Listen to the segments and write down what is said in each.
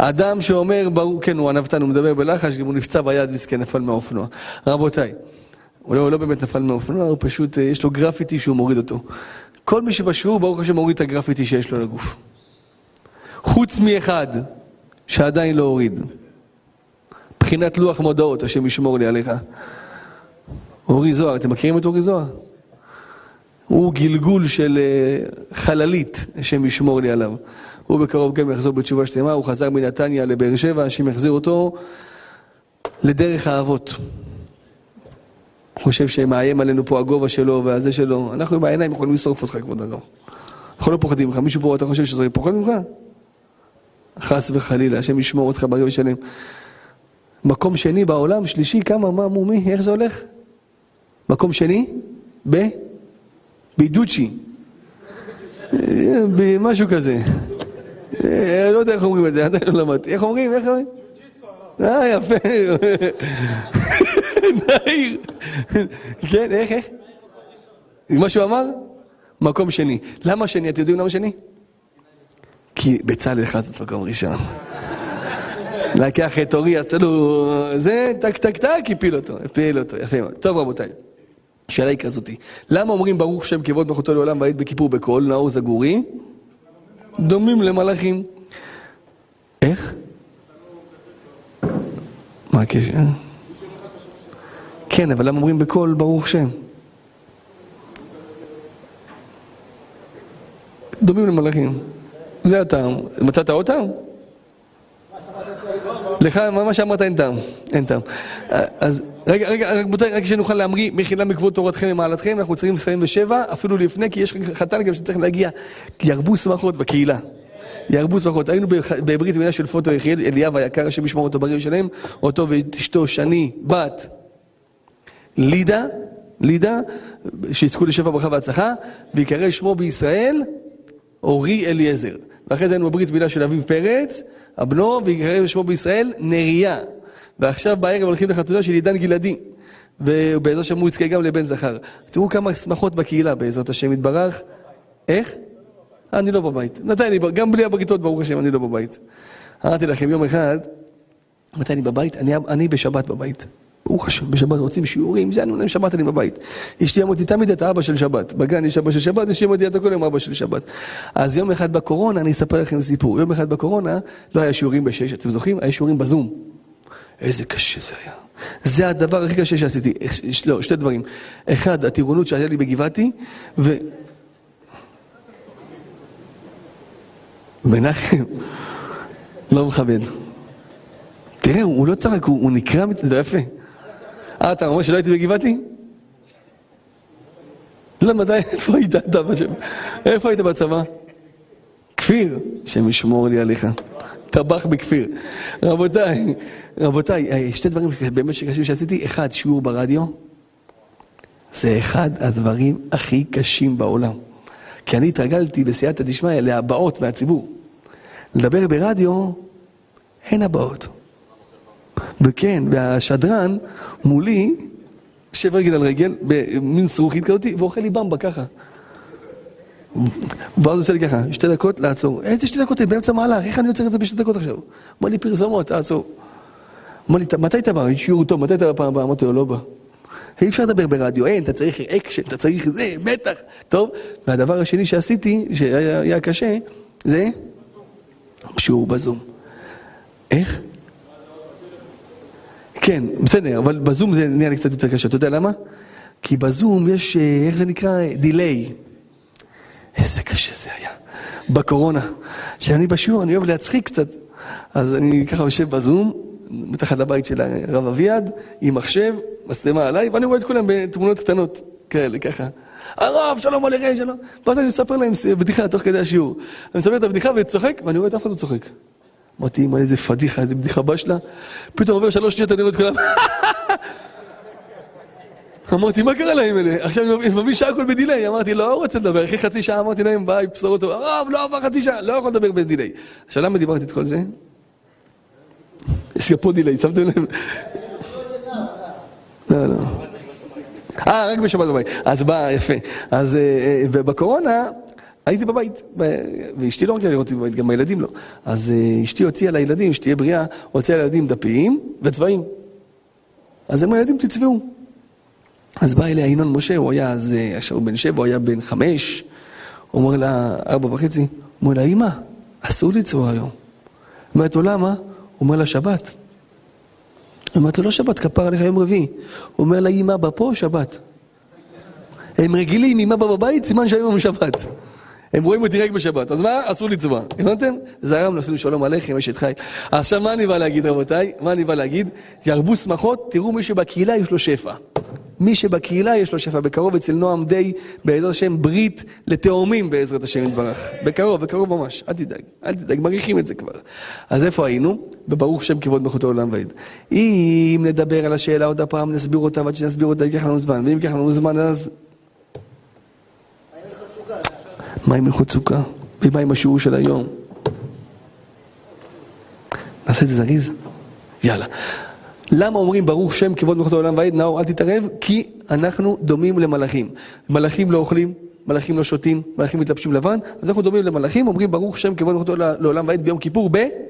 האדם שאומר, ברור, כן, הוא ענוותן, הוא מדבר בלחש, גם הוא נפצע ביד, מסכן, נפל מהאופנוע. רבותיי, הוא לא באמת נפל מהאופנוע, הוא פשוט, יש לו גרפיטי שהוא מוריד אותו. כל מי שבשיעור, ברוך השם, מוריד את הגרפיטי שיש לו לגוף. חוץ מאחד, שעדיין לא הוריד. מבחינת לוח מודעות, השם ישמור לי עליך. אורי זוהר, אתם מכירים את אורי זוהר? הוא גלגול של חללית, השם ישמור לי עליו. הוא בקרוב גם יחזור בתשובה שלמה, הוא חזר מנתניה לבאר שבע, השם יחזיר אותו לדרך האבות. הוא חושב שמאיים עלינו פה הגובה שלו והזה שלו. אנחנו עם העיניים יכולים לשרוף אותך, כבוד הרב. אנחנו לא פוחדים ממך. מישהו פה אתה חושב שזה פוחד ממך? חס וחלילה, השם ישמור אותך בריא ושלם. מקום שני בעולם, שלישי, כמה, מה, מי, איך זה הולך? מקום שני? בידוצ'י. במשהו כזה. לא יודע איך אומרים את זה, עדיין לא למדתי. איך אומרים? יפה. נעיר. כן, איך? מה שהוא אמר? מקום שני. למה שני? אתם יודעים למה שני? כי בצלאל אחד זאת מקום ראשון. לקח את אורי, אז תלו, זה טק טק טק, הפיל אותו, יפה מאוד. טוב רבותיי, שאלה היא כזאתי. למה אומרים ברוך שם כבוד מלכותו לעולם והעיד בכיפור בקול, נאור זגורי? דומים למלאכים. איך? מה הקשר? כן, אבל למה אומרים בקול ברוך שם? דומים למלאכים. זה הטעם. מצאת עוד טעם? לך, מה שאמרת אין טעם. אין טעם. אז רק שנוכל להמריא מחילה מכבוד תורתכם ומעלתכם, אנחנו צריכים לסיים בשבע, אפילו לפני, כי יש חתן גם שצריך להגיע, ירבו שמחות בקהילה. ירבו שמחות. היינו בברית מילה של פוטו יחיאל, אליאב היקר, השם ישמור אותו בריא ושלם, אותו ואשתו שני, בת לידה, שיזכו לשפע ברכה והצלחה, ויקרא שמו בישראל, אורי אליעזר. ואחרי זה היינו בברית מילה של אביב פרץ, הבנו, ויקרא שמו בישראל, נריה. ועכשיו בערב הולכים לחתונה של עידן גלעדי. ובעזרת השם הוא יזכה גם לבן זכר. תראו כמה שמחות בקהילה בעזרת השם יתברך. איך? אני לא בבית. גם בלי הבריתות ברוך השם, אני לא בבית. אמרתי לכם יום אחד, מתי אני בבית? אני בשבת בבית. ברוך השם, בשבת רוצים שיעורים, זה אני שבת אני בבית. אשתי אמרתי תמיד את האבא של שבת. בגן יש אבא של שבת, אשתי אמרתי את הכל עם אבא של שבת. אז יום אחד בקורונה, אני אספר לכם סיפור. יום אחד בקורונה, לא היה שיעורים בשש, אתם זוכרים? היה שיעורים בזום. איזה קשה זה היה. זה הדבר הכי קשה שעשיתי. לא, שתי דברים. אחד, הטירונות שהיה לי בגבעתי, מנחם, לא מכבד. תראה, הוא לא צחק, הוא נקרא מצד, יפה. אתה אומר שלא הייתי בגבעתי? לא, מדי, איפה היית אתה בשם? איפה היית בצבא? כפיר, שם ישמור לי עליך. טבח בכפיר. רבותיי, שתי דברים באמת שקשים שעשיתי. אחד, שיעור ברדיו. זה אחד הדברים הכי קשים בעולם. כי אני התרגלתי בסייעתא דשמיא להבעות מהציבור. לדבר ברדיו, אין הבעות. וכן, והשדרן מולי, שב רגל על רגל, במין שרוכית כזאת, ואוכל לי במבה ככה. ואז עושה לי ככה, 2 דקות לעצור. איזה 2 דקות? באמצע מהלך, איך אני יוצר את זה ב2 דקות עכשיו? אמר לי פרסומות, תעצור. אמר לי, מתי אתה בא? שיעור טוב, מתי אתה בא פעם הבאה? אמרתי לו, לא בא. אי אפשר לדבר ברדיו, אין, אתה צריך אקשן, אתה צריך זה, מתח. טוב, והדבר השני שעשיתי, שהיה קשה, זה שיעור בזום. איך? כן, בסדר, אבל בזום זה נראה לי קצת יותר קשה. אתה יודע למה? כי בזום יש, איך זה נקרא? דיליי. איזה קשה זה היה. בקורונה. כשאני בשיעור, אני אוהב להצחיק קצת. אז אני ככה יושב בזום, מתחת לבית של הרב אביעד, עם מחשב, מצלמה עליי, ואני רואה את כולם בתמונות קטנות, כאלה, ככה. הרב, שלום עליכם, שלום. ואז אני מספר להם בדיחה תוך כדי השיעור. אני מספר את הבדיחה וצוחק, ואני רואה את אף אחד לא צוחק. אמרתי, אמא, איזה פדיחה, איזה בדיחה בשלה. פתאום עובר 3 שניות, אני רואה את כולם. אמרתי, מה קרה להם אלה? עכשיו אני מביא שעה הכל בדילי. אמרתי, לא רוצה לדבר. אחרי חצי שעה אמרתי להם, ביי, בשורות טוב. הרב, לא עבר חצי שעה, לא יכול לדבר בדילי. עכשיו למה דיברתי את כל זה? יש פה דילי, שמתם לב? לא, לא. רק בשבת בבית. אז בא, יפה. אז בקורונה, הייתי בבית, ואשתי לא רק לראות בבית, גם הילדים לא. אז אשתי הוציאה לילדים, שתהיה בריאה, הוציאה לילדים דפיים וצבעים. אז הם הילדים תצבעו. אז בא אליה ינון משה, הוא היה אז, עכשיו הוא בן 7, הוא היה בן 5, הוא אומר לה 4.5, הוא אומר לה, אמא, אסור לצבוע היום. אומרת לו, למה? הוא אומר לה, שבת. אומרת לו, לא שבת, כפר עליך יום רביעי. הוא אומר לה, אמא, בפה שבת. הם רגילים, אמא בבית, סימן שהיום שבת. הם רואים אותי רק בשבת. אז מה? אסור לצבוע. הבנתם? זה הרם, נעשינו שלום עליכם, אשת חי. עכשיו, מה אני בא להגיד, רבותיי? מה אני בא להגיד? ירבו שמחות, תראו מי שבקהילה יש לו שפע. מי שבקהילה יש לו שפע. בקרוב אצל נועם די, בעזרת השם, ברית לתאומים בעזרת השם יתברך. בקרוב, בקרוב ממש. אל תדאג, אל תדאג, מריחים את זה כבר. אז איפה היינו? בברוך שם כבוד מלכותו לעולם ועד. אם נדבר על השאלה עוד הפעם, נסביר אותה, ועד שנסביר אותה, ייקח לנו זמן. ואם ייקח לנו זמן, אז מה עם הלכות סוכה? ומה עם השיעור של היום? נעשה את זה זריז? יאללה. למה אומרים ברוך שם כבוד מלכותו לעולם ועד? נאור, אל תתערב, כי אנחנו דומים למלאכים. מלאכים לא אוכלים, מלאכים לא שותים, מלאכים מתלבשים לבן, אז אנחנו דומים למלאכים, אומרים ברוך שם כבוד מלכותו לעולם ועד ביום כיפור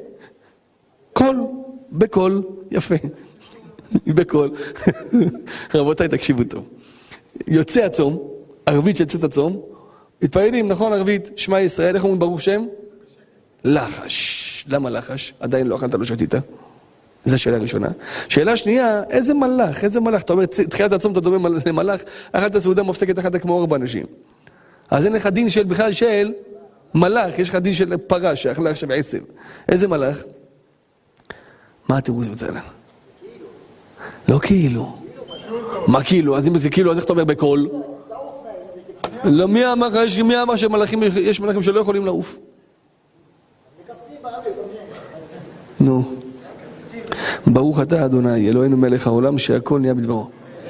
בקול, יפה. בקול. רבותיי, תקשיבו טוב. יוצא הצום, ערבית שיוצאת הצום, מתפעלים, נכון, ערבית, שמע ישראל, איך אומרים ברוך שם? לחש. למה לחש? עדיין לא אכלת, לא שתית. זו שאלה ראשונה. שאלה שנייה, איזה מלאך? אתה אומר, תחילת הצום אתה דומה למלאך, אכלת סעודה מופסקת אחת כמו 4 אנשים. אז אין לך דין של בכלל של מלאך, יש לך דין של פרה שאכלה עכשיו 10. איזה מלאך? מה התירוץ בצלם? לא כאילו. מה כאילו? אז אם זה כאילו, אז איך אתה אומר בקול? לא, מי אמר שמלאכים, יש מלאכים שלא יכולים לעוף? נו. ברוך אתה אדוני, אלוהינו מלך העולם, שהכל נהיה בדברו.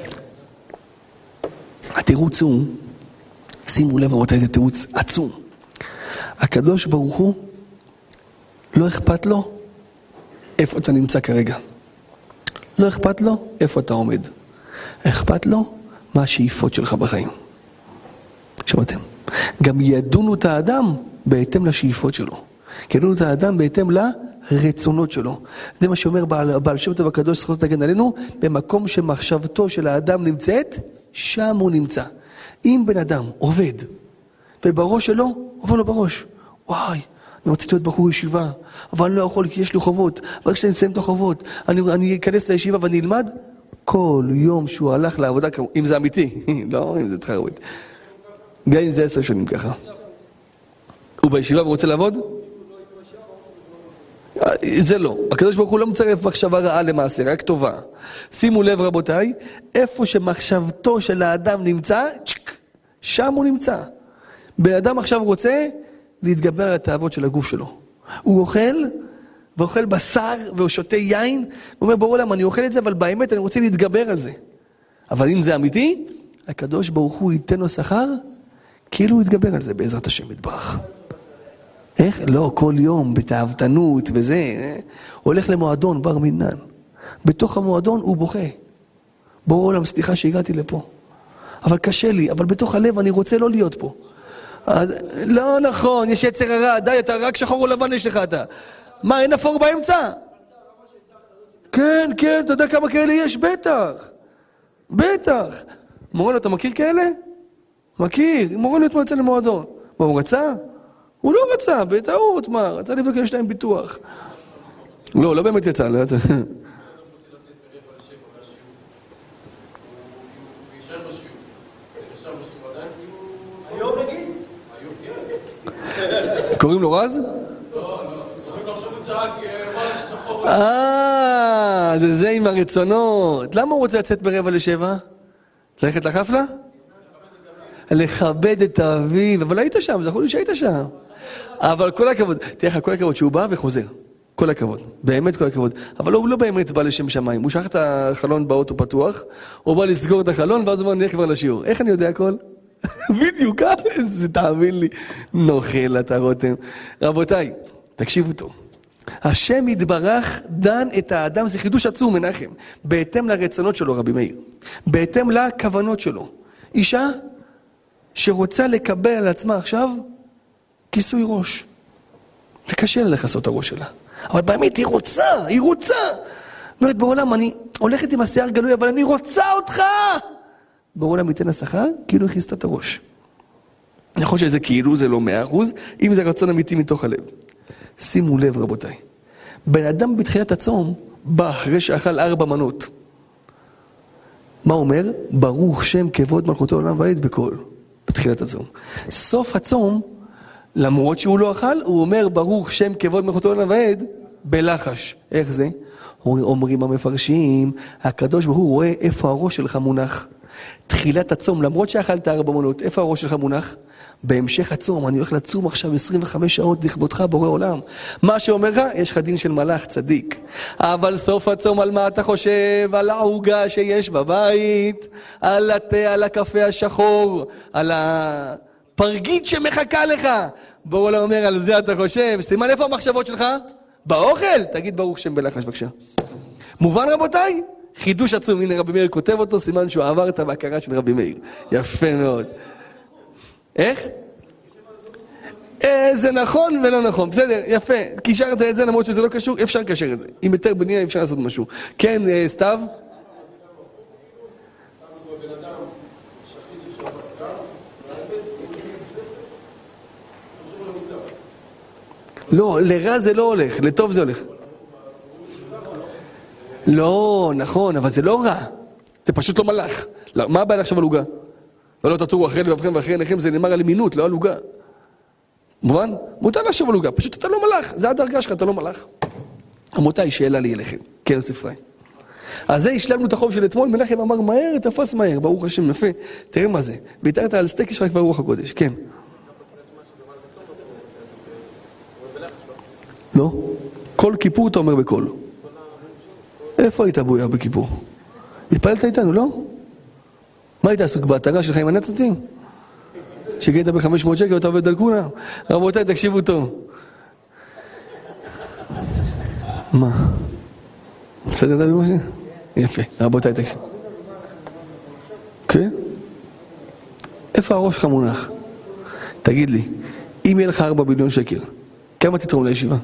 התירוץ הוא, שימו לב רבותיי, זה תירוץ עצום. הקדוש ברוך הוא, לא אכפת לו איפה אתה נמצא כרגע. לא אכפת לו איפה אתה עומד. אכפת לו מה השאיפות שלך בחיים. שמעתם? גם ידונו את האדם בהתאם לשאיפות שלו. ידונו את האדם בהתאם לרצונות שלו. זה מה שאומר בעל שם טוב הקדוש, זכותו תגן עלינו, במקום שמחשבתו של האדם נמצאת, שם הוא נמצא. אם בן אדם עובד, ובראש שלו, עובר לו בראש. וואי, אני רוצה להיות בחור ישיבה, אבל אני לא יכול כי יש לי חובות. רק כשאני מסיים את החובות, אני אכנס לישיבה ואני אלמד. כל יום שהוא הלך לעבודה, אם זה אמיתי, לא אם זה תחרות. גם אם זה 10 שנים ככה. הוא בישיבה ורוצה לעבוד? זה לא. הקדוש ברוך הוא לא מצרף מחשבה רעה למעשה, רק טובה. שימו לב רבותיי, איפה שמחשבתו של האדם נמצא, שם הוא נמצא. בן אדם עכשיו רוצה להתגבר על התאוות של הגוף שלו. הוא אוכל, ואוכל בשר, והוא שותה יין, הוא אומר ברור למה אני אוכל את זה, אבל באמת אני רוצה להתגבר על זה. אבל אם זה אמיתי, הקדוש ברוך הוא ייתן לו שכר, כאילו הוא יתגבר על זה בעזרת השם יתברך. איך? לא, כל יום, בתאוותנות וזה, הולך למועדון בר מינן. בתוך המועדון הוא בוכה. בואו עולם, סליחה שהגעתי לפה. אבל קשה לי, אבל בתוך הלב אני רוצה לא להיות פה. לא נכון, יש יצר הרע, די, אתה רק שחור או לבן יש לך אתה. מה, אין אפור באמצע? כן, כן, אתה יודע כמה כאלה יש? בטח. בטח. מורנו, אתה מכיר כאלה? מכיר. מורנו אתמול יצא למועדון. מה, הוא רצה? הוא לא רצה, בטעות, מה? רצה לבדוק יש להם ביטוח. לא, לא באמת יצא, לא יצא. קוראים לו רז? לא, קוראים לו עכשיו הוא צעק, רז שחור. זה עם הרצונות. למה הוא רוצה לצאת ב6:45? ללכת לחפלה? לכבד את האביב. אבל היית שם, זכו לי שהיית שם. אבל כל הכבוד, תראה לך, כל הכבוד שהוא בא וחוזר. כל הכבוד, באמת כל הכבוד. אבל הוא לא באמת בא לשם שמיים. הוא שכח את החלון באוטו פתוח, הוא בא לסגור את החלון, ואז הוא אומר, נלך כבר לשיעור. איך אני יודע הכל? בדיוק, זה תאמין לי. נוכל אתה רותם. רבותיי, תקשיבו טוב. השם יתברך דן את האדם, זה חידוש עצום מנחם, בהתאם לרצונות שלו רבי מאיר, בהתאם לכוונות שלו. אישה שרוצה לקבל על עצמה עכשיו כיסוי ראש. וקשה לה לכסות את הראש שלה. אבל באמת היא רוצה, היא רוצה. אומרת, בעולם, אני הולכת עם השיער גלוי, אבל אני רוצה אותך. בעולם ייתן השכר, כאילו הכיסת את הראש. נכון שזה כאילו, זה לא 100%, אם זה רצון אמיתי מתוך הלב. שימו לב, רבותיי. בן אדם בתחילת הצום, בא אחרי שאכל 4 מנות. מה אומר? ברוך שם כבוד מלכותו לעולם ועד בקול. בתחילת הצום. סוף הצום, למרות שהוא לא אכל, הוא אומר ברוך שם כבוד מלכותו לעולם ועד בלחש. איך זה? אומרים המפרשים, הקדוש ברוך הוא רואה איפה הראש שלך מונח. תחילת הצום, למרות שאכלת 4 מנות, איפה הראש שלך מונח? בהמשך הצום, אני הולך לצום עכשיו 25 שעות לכבודך בורא עולם. מה שאומר לך, יש לך דין של מלאך צדיק. אבל סוף הצום, על מה אתה חושב? על העוגה שיש בבית, על התה, על הקפה השחור, על הפרגית שמחכה לך. בורא עולם אומר, על זה אתה חושב. סימן, איפה המחשבות שלך? באוכל? תגיד ברוך שם בלחש, בבקשה. מובן רבותיי? חידוש עצום, הנה רבי מאיר כותב אותו, סימן שהוא עבר את ההכרה של רבי מאיר. יפה מאוד. איך? זה נכון ולא נכון. בסדר, יפה. קישרת את זה למרות שזה לא קשור, אפשר לקשר את זה. עם יותר בנייה אפשר לעשות משהו. כן, סתיו? לא, לרע זה לא הולך, לטוב זה הולך. לא, נכון, אבל זה לא רע. זה פשוט לא מלאך. מה הבעיה לחשוב על עוגה? ולא תטורו אחרי לבבכם ואחרי עיניכם, זה נאמר על אמינות, לא על עוגה. מובן? מותר לחשוב על עוגה, פשוט אתה לא מלאך. זה הדרגה שלך, אתה לא מלאך. רבותיי, שאלה לי אליכם. כן, ספרי. אז זה השלמנו את החוב של אתמול, מנחם אמר מהר, תפס מהר, ברוך השם, יפה. תראה מה זה. ביתרת על סטייק שלך כבר רוח הקודש, כן. לא? כל כיפור אתה אומר בכל. איפה היית בויה בכיפור? התפללת איתנו, לא? מה היית עסוק בהתרה שלך עם הנצצים? שקהית ב-500 שקל ואתה עובד על כולם? רבותיי, תקשיבו טוב. מה? בסדר דבי משה? יפה, רבותיי, תקשיבו. כן? איפה הראש שלך מונח? תגיד לי, אם יהיה לך 4 מיליון שקל, כמה תתרום לישיבה?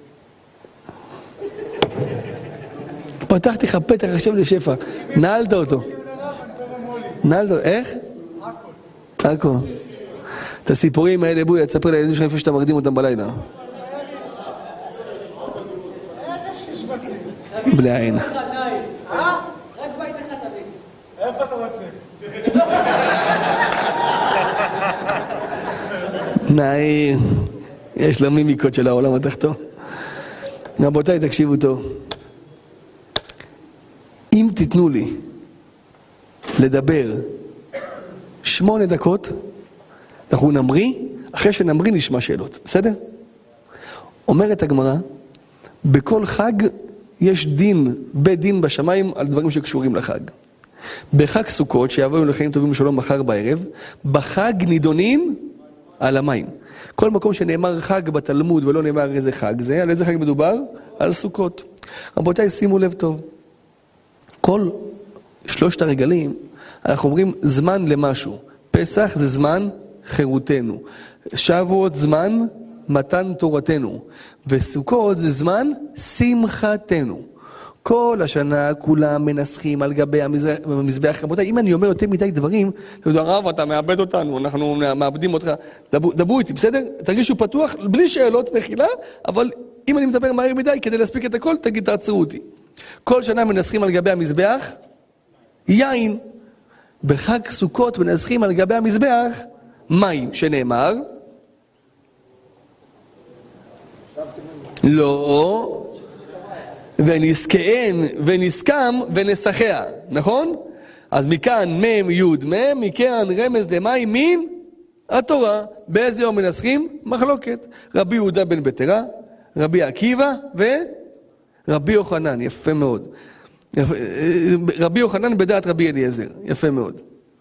פתחתי לך פתח עכשיו לשפע, נעלת אותו. נעלת אותו, איך? הכל. את הסיפורים האלה, בואי, תספר לילדים שלך איפה שאתה מרדים אותם בלילה. בלי עין. רק בית אחד תמיד. איפה אתה רוצה? נעיר. יש לו מימיקות של העולם התחתון. רבותיי, תקשיבו טוב. אם תיתנו לי לדבר 8 דקות, אנחנו נמריא, אחרי שנמריא נשמע שאלות, בסדר? אומרת הגמרא, בכל חג יש דין, בית דין בשמיים על דברים שקשורים לחג. בחג סוכות, שיבואו לחיים טובים ושלום מחר בערב, בחג נידונים על המים. כל מקום שנאמר חג בתלמוד ולא נאמר איזה חג זה, על איזה חג מדובר? על סוכות. רבותיי, שימו לב טוב. כל 3 הרגלים, אנחנו אומרים זמן למשהו. פסח זה זמן חירותנו. שבועות זמן מתן תורתנו. וסוכות זה זמן שמחתנו. כל השנה כולם מנסחים על גבי המזבח. רבותיי, אם אני אומר יותר מדי דברים, אתה יודע, הרב, אתה מאבד אותנו, אנחנו מאבדים אותך. דברו איתי, בסדר? תרגישו פתוח, בלי שאלות, מחילה, אבל אם אני מדבר מהר מדי, כדי להספיק את הכל, תגיד, תעצרו אותי. כל שנה מנסחים על גבי המזבח יין. בחג סוכות מנסחים על גבי המזבח מים, שנאמר לא ונסכן ונסכם ונסחיה, נכון? אז מכאן מם יוד מם, מכאן רמז למים מן התורה. באיזה יום מנסחים? מחלוקת. רבי יהודה בן בתרה, רבי עקיבא ורבי יוחנן. יפה מאוד. רבי יוחנן בדעת רבי אליעזר. יפה מאוד.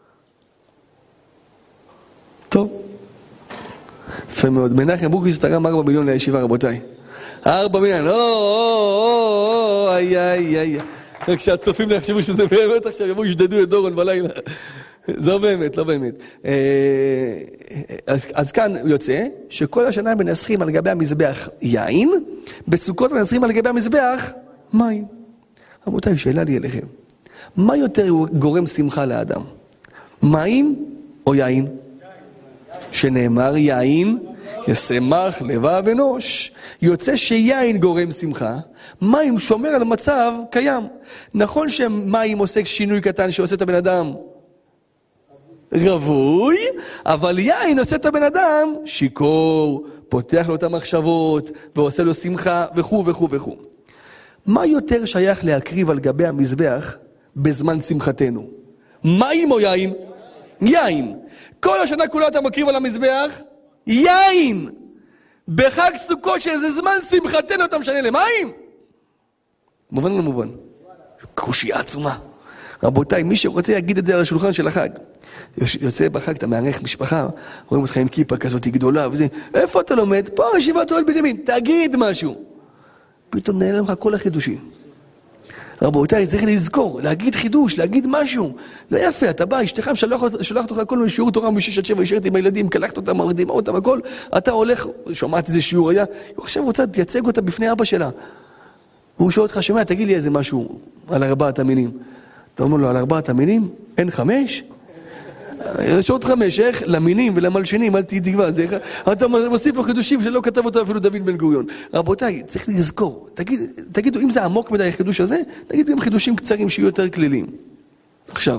טוב. יפה מאוד. מנחם בוכריס תרם 4 מיליון לישיבה, רבותיי. 4 מיליון. איי. רק שהצופים לא יחשבו שזה באמת עכשיו, יבואו ישדדו את דורון בלילה. לא באמת, לא באמת. אז כאן יוצא שכל השנה מנסחים על גבי המזבח יין, בסוכות מנסחים על גבי המזבח מים. רבותיי, שאלה לי אליכם. מה יותר גורם שמחה לאדם? מים או יין? שנאמר יין ישמח לבב אנוש. יוצא שיין גורם שמחה, מים שומר על מצב קיים. נכון שמים עושה שינוי קטן שעושה את הבן אדם רווי, אבל יין עושה את הבן אדם שיקור, פותח לו את המחשבות ועושה לו שמחה וכו' וכו' וכו'. מה יותר שייך להקריב על גבי המזבח בזמן שמחתנו? מים או יין? יין. כל השנה כולה אתה מקריב על המזבח יין. בחג סוכות שזה זמן שמחתנו אתה משנה למים? מובן או לא מובן? קושיה עצומה. רבותיי, מי שרוצה להגיד את זה על השולחן של החג, יוצא בחג, אתה מערך משפחה, רואים אותך עם כיפה כזאת גדולה וזה, איפה אתה לומד? פה ישיבת אוהל בנימין, תגיד משהו. פתאום נהנה לך כל החידושים. רבותיי, צריך לזכור, להגיד חידוש, להגיד משהו. לא יפה, אתה בא, אשתך שולחת אותך כל מיני שיעור תורה מ-6 עד 7, ישרת עם הילדים, קלחת אותם, מרדימה אותם, הכל. אתה הולך, שומעת איזה שיעור היה, הוא עכשיו רוצה, תייצג אותה בפני אבא שלה. הוא שואל אותך, שומע, תגיד לי איזה משהו על 4 המינים. אתה אומר לו, על 4 המינים? אין 5? יש עוד 5, איך? למינים ולמלשינים, אל תהי תקווה. אתה מוסיף לו חידושים שלא כתב אותו אפילו דוד בן גוריון. רבותיי, צריך לזכור. תגידו, אם זה עמוק מדי החידוש הזה, תגיד גם חידושים קצרים שיהיו יותר כלילים. עכשיו,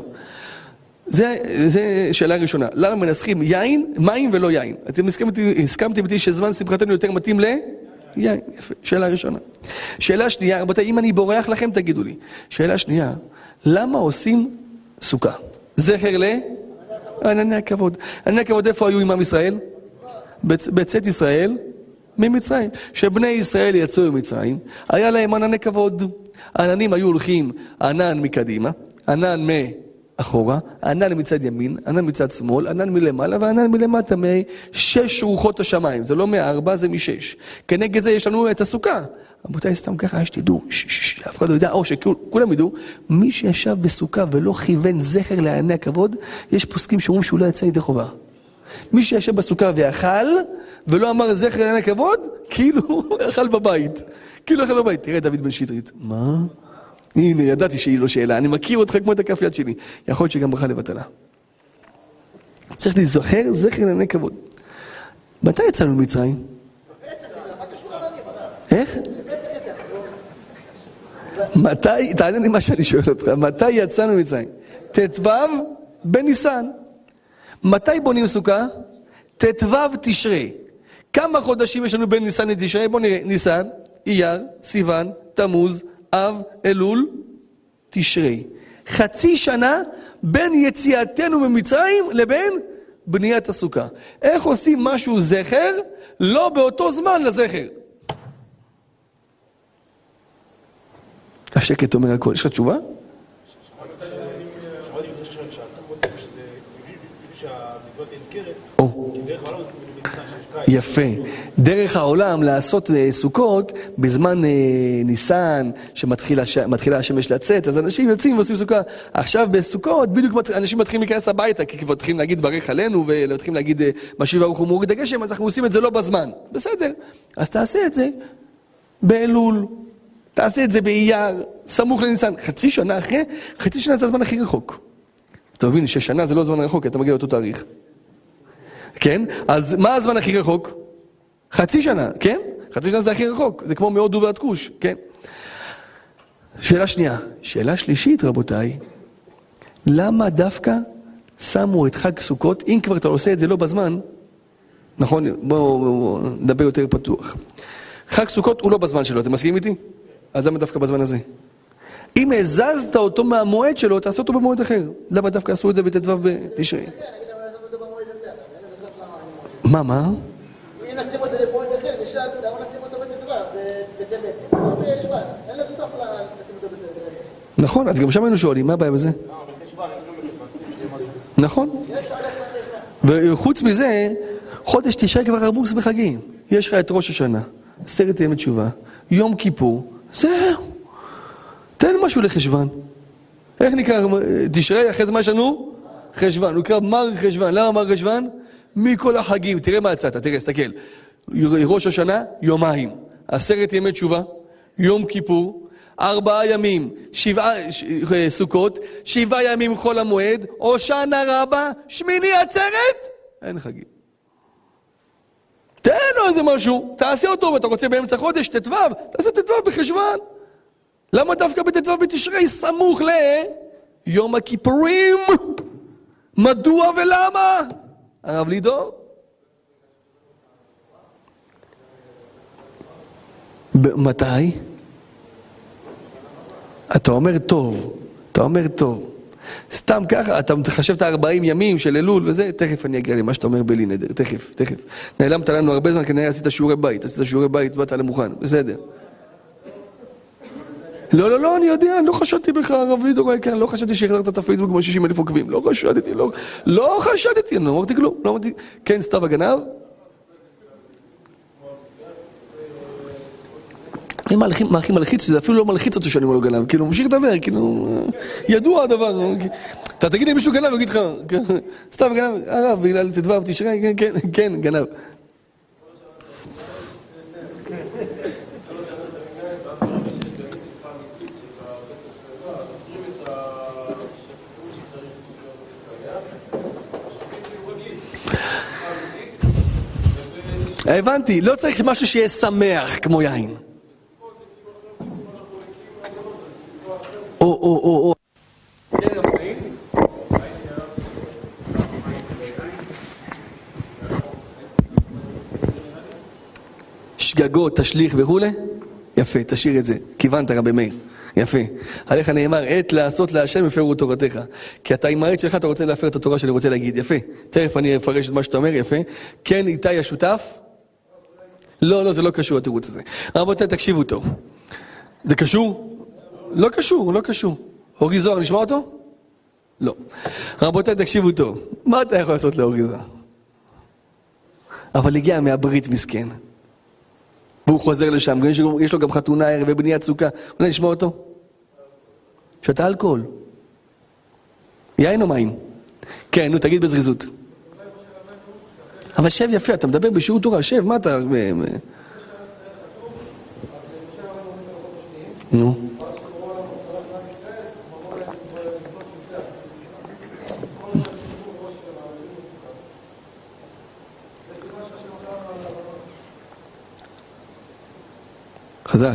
זה שאלה ראשונה. למה מנסחים יין, מים ולא יין? אתם הסכמתם איתי שזמן שמחתנו יותר מתאים ל... יין, יפה. שאלה ראשונה. שאלה שנייה, רבותיי, אם אני בורח לכם, תגידו לי. שאלה שנייה, למה עושים סוכה? זכר ל... ענני הכבוד. ענני הכבוד איפה היו עם עם ישראל? בצאת ישראל ממצרים. שבני ישראל יצאו ממצרים, היה להם ענני כבוד. העננים היו הולכים ענן מקדימה, ענן מאחורה, ענן מצד ימין, ענן מצד שמאל, ענן מלמעלה וענן מלמטה מ6 רוחות השמיים. זה לא מ4, זה מ6. כנגד זה יש לנו את הסוכה. רבותיי, סתם ככה, שתדעו, אף אחד לא יודע, או שכולם ידעו, מי שישב בסוכה ולא כיוון זכר לעני הכבוד, יש פוסקים שאומרים שהוא לא יצא ידי חובה. מי שישב בסוכה ואכל, ולא אמר זכר לעני הכבוד, כאילו אכל בבית. כאילו אכל בבית. תראה דוד בן שטרית. מה? הנה, ידעתי שהיא לא שאלה. אני מכיר אותך כמו את הכף יד שלי. יכול להיות שגם ברכה לבטלה. צריך לזכר זכר לעני כבוד. מתי יצאנו ממצרים? איך? מתי, תענה לי מה שאני שואל אותך, מתי יצאנו ממצרים? ט"ו בניסן. מתי בונים סוכה? ט"ו תשרי. כמה חודשים יש לנו בין ניסן לתשרי? בוא נראה, ניסן, אייר, סיוון, תמוז, אב, אלול, תשרי. חצי שנה בין יציאתנו ממצרים לבין בניית הסוכה. איך עושים משהו זכר? לא באותו זמן לזכר. השקט אומר הכל. יש לך תשובה? יפה. דרך העולם לעשות סוכות בזמן ניסן שמתחילה השמש לצאת, אז אנשים יוצאים ועושים סוכה. עכשיו בסוכות בדיוק אנשים מתחילים להיכנס הביתה, כי כבר מתחילים להגיד ברך עלינו ומתחילים להגיד משיב ברוך הוא מוריד הגשם, אז אנחנו עושים את זה לא בזמן. בסדר. אז תעשה את זה באלול. תעשה את זה באייר, סמוך לניסן. חצי שנה אחרי, חצי שנה זה הזמן הכי רחוק. אתה מבין ששנה זה לא זמן רחוק, אתה מגיע לאותו תאריך. כן? אז מה הזמן הכי רחוק? חצי שנה, כן? חצי שנה זה הכי רחוק. זה כמו מהודו ועד כוש, כן? שאלה שנייה. שאלה שלישית, רבותיי. למה דווקא שמו את חג סוכות, אם כבר אתה עושה את זה לא בזמן, נכון? בואו נדבר יותר פתוח. חג סוכות הוא לא בזמן שלו, אתם מסכימים איתי? אז למה דווקא בזמן הזה? אם הזזת אותו מהמועד שלו, תעשה אותו במועד אחר. למה דווקא עשו את זה בט"ו בתשרי? מה? אם נשים אותו במועד אחר, נשאל, למה נשים אותו בט"ו? בטבת. לא בשבט. אין לו בסוף לשים אותו בטבת. נכון, אז גם שם היינו שואלים, מה הבעיה בזה? נכון. וחוץ מזה, חודש תשרי כבר עמוס בחגים. יש לך את ראש השנה, 10 ימי תשובה, יום כיפור, זהו. תן משהו לחשבון. איך נקרא תשרי? אחרי זה מה יש לנו? חשוון, הוא נקרא מר חשוון. למה מר חשוון? מכל החגים. תראה מה הצעת, תראה, סתכל. ראש השנה, יומיים. 10 ימי תשובה, יום כיפור, 4 ימים, 7 סוכות, 7 ימים חול המועד, הושענא רבה, 8 עצרת, אין חגים. תן לו איזה משהו, תעשה אותו, ואתה רוצה באמצע חודש, ט"ו, תעשה ט"ו בחשוון. למה דווקא בט"ו בתשרי סמוך ליום הכיפורים? מדוע ולמה? הרב לידור? מתי? אתה אומר טוב, אתה אומר טוב. סתם ככה, אתה חשב את 40 ימים של אלול וזה, תכף אני אגיע למה שאתה אומר בלי נדר, תכף. נעלמת לנו הרבה זמן, כנראה עשית שיעורי בית, באת למוכן, בסדר. לא, אני יודע, לא חשדתי בך, הרב לידור, לא חשדתי שהחזרת את הפייסבוק עם 60,000 עוקבים, לא חשדתי, לא אמרתי כלום, כן, סתיו הגנב? מה הכי מלחיץ? זה אפילו לא מלחיץ אותו שאני אומר לו גנב, כאילו, ממשיך לדבר, כאילו, ידוע הדבר, אתה תגיד לי מישהו גנב, הוא יגיד לך, סתיו גנב, הרב, בגלל ט"ו תשרי, כן, גנב. הבנתי, לא צריך משהו שיהיה שמח כמו יין. או. שגגות, תשליך וכולי? יפה, תשאיר את זה. כיוונת רבי מאיר. יפה. עליך נאמר, עת לעשות להשם הפרו תורתך. כי אתה עם העט שלך, אתה רוצה להפר את התורה שאני רוצה להגיד. יפה. תכף אני אפרש את מה שאתה אומר, יפה. כן, איתי השותף? לא, זה לא קשור, התירוץ הזה. רבותיי, תקשיבו טוב. זה קשור? לא קשור. אורי זוהר, נשמע אותו? לא. רבותיי, תקשיבו טוב. מה אתה יכול לעשות לאורי זוהר? אבל הגיע מהברית מסכן. והוא חוזר לשם, יש לו גם חתונה ערב ובניית סוכה. אולי נשמע אותו? שתה אלכוהול. יין או מים? כן, נו, תגיד בזריזות. אבל שב יפה, אתה מדבר בשיעור תורה, שב, מה אתה... נו. חזק.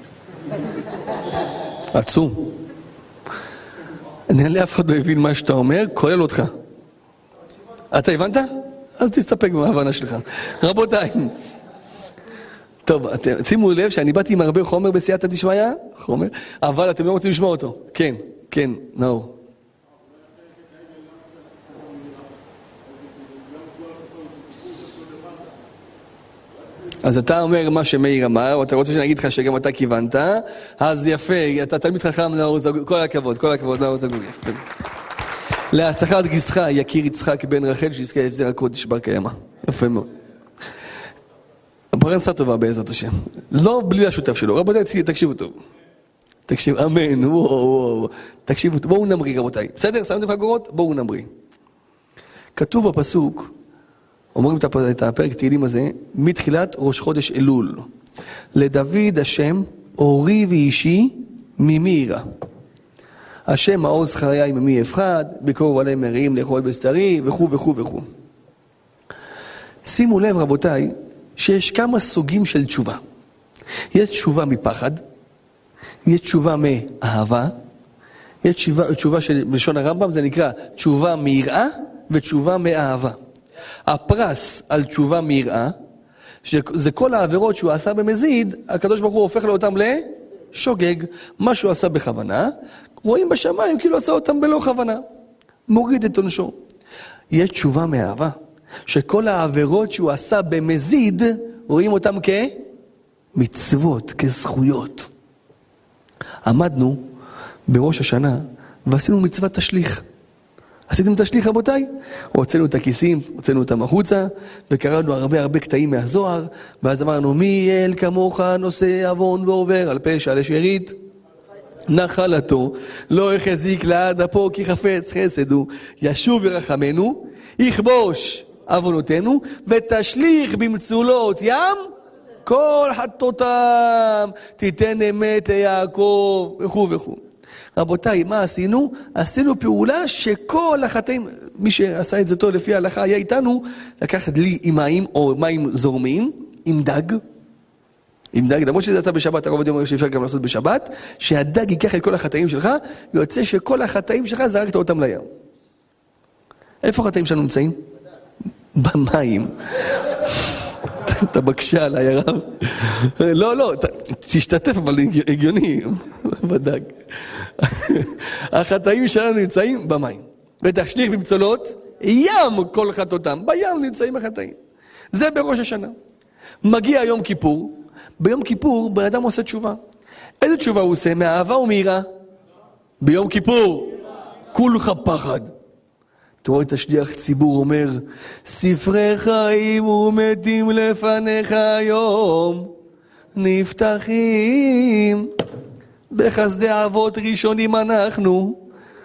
עצום. נראה לי אף אחד לא הבין מה שאתה אומר, כולל אותך. אתה הבנת? אז תסתפק בהבנה שלך. רבותיי. טוב, שימו לב שאני באתי עם הרבה חומר בסייעתא דשמיא, אבל אתם לא רוצים לשמוע אותו. כן, נאור. אז אתה אומר מה שמאיר אמר, ואתה רוצה שאני אגיד לך שגם אתה כיוונת, אז יפה, אתה תלמיד חכם נאור זגורי, כל הכבוד נאור זגורי, יפה. להצלחת גיסך, יקיר יצחק בן רחל, שיזכה להפזר הקודש בר קיימא. יפה מאוד. פרנסה טובה בעזרת השם. לא בלי השותף שלו. רבותיי, תקשיבו טוב. תקשיב, אמן, וואו. תקשיבו טוב, בואו נמריא רבותיי. בסדר? שמתם חגורות? בואו נמריא. כתוב בפסוק, אומרים את הפרק תהילים הזה, מתחילת ראש חודש אלול. לדוד השם, אורי ואישי, ממי ירא. השם מעוז חיי ממי אפחד, בקרוב עליהם מרעים לאכול בשרי, וכו'. שימו לב רבותיי, שיש כמה סוגים של תשובה. יש תשובה מפחד, יש תשובה מאהבה, יש תשובה בלשון הרמב"ם, זה נקרא תשובה מיראה ותשובה מאהבה. הפרס על תשובה מיראה, שזה כל העבירות שהוא עשה במזיד, הקדוש ברוך הוא הופך לאותם לשוגג. מה שהוא עשה בכוונה, רואים בשמיים כאילו עשה אותם בלא כוונה. מוריד את עונשו. יש תשובה מאהבה, שכל העבירות שהוא עשה במזיד, רואים אותם כמצוות, כזכויות. עמדנו בראש השנה, ועשינו מצוות תשליך. עשיתם תשליך רבותיי? הוצאנו את הכיסים, הוצאנו אותם החוצה, וקראנו הרבה קטעים מהזוהר, ואז אמרנו, מי אל כמוך נושא עוון ועובר על פשע לשארית? נחלתו, לא יחזיק לעד אפו כי חפץ חסד הוא, ישוב וירחמנו, יכבוש עוונותינו, ותשליך במצולות ים כל חטאותם, תיתן אמת ליעקב, וכו' וכו'. רבותיי, מה עשינו? עשינו פעולה שכל החטאים, מי שעשה את זה טוב לפי ההלכה היה איתנו, לקח דלי עם מים או מים זורמים, עם דג, למרות שזה יצא בשבת, הרב אומר שאפשר גם לעשות בשבת, שהדג ייקח את כל החטאים שלך, ויוצא שכל החטאים שלך זרקת אותם לים. איפה החטאים שלנו נמצאים? במים. אתה בקשה עליי הרב. לא, תשתתף, אבל הגיוני, בדג. החטאים שלנו נמצאים במים. ותשליך במצולות, ים כל חטאותם. בים נמצאים החטאים. זה בראש השנה. מגיע יום כיפור, ביום כיפור בן אדם עושה תשובה. איזה תשובה הוא עושה? מאהבה או מיראה? ביום כיפור. כולך פחד. אתה רואה את השליח ציבור אומר, ספרי חיים ומתים לפניך היום, נפתחים. בחסדי אבות ראשונים אנחנו,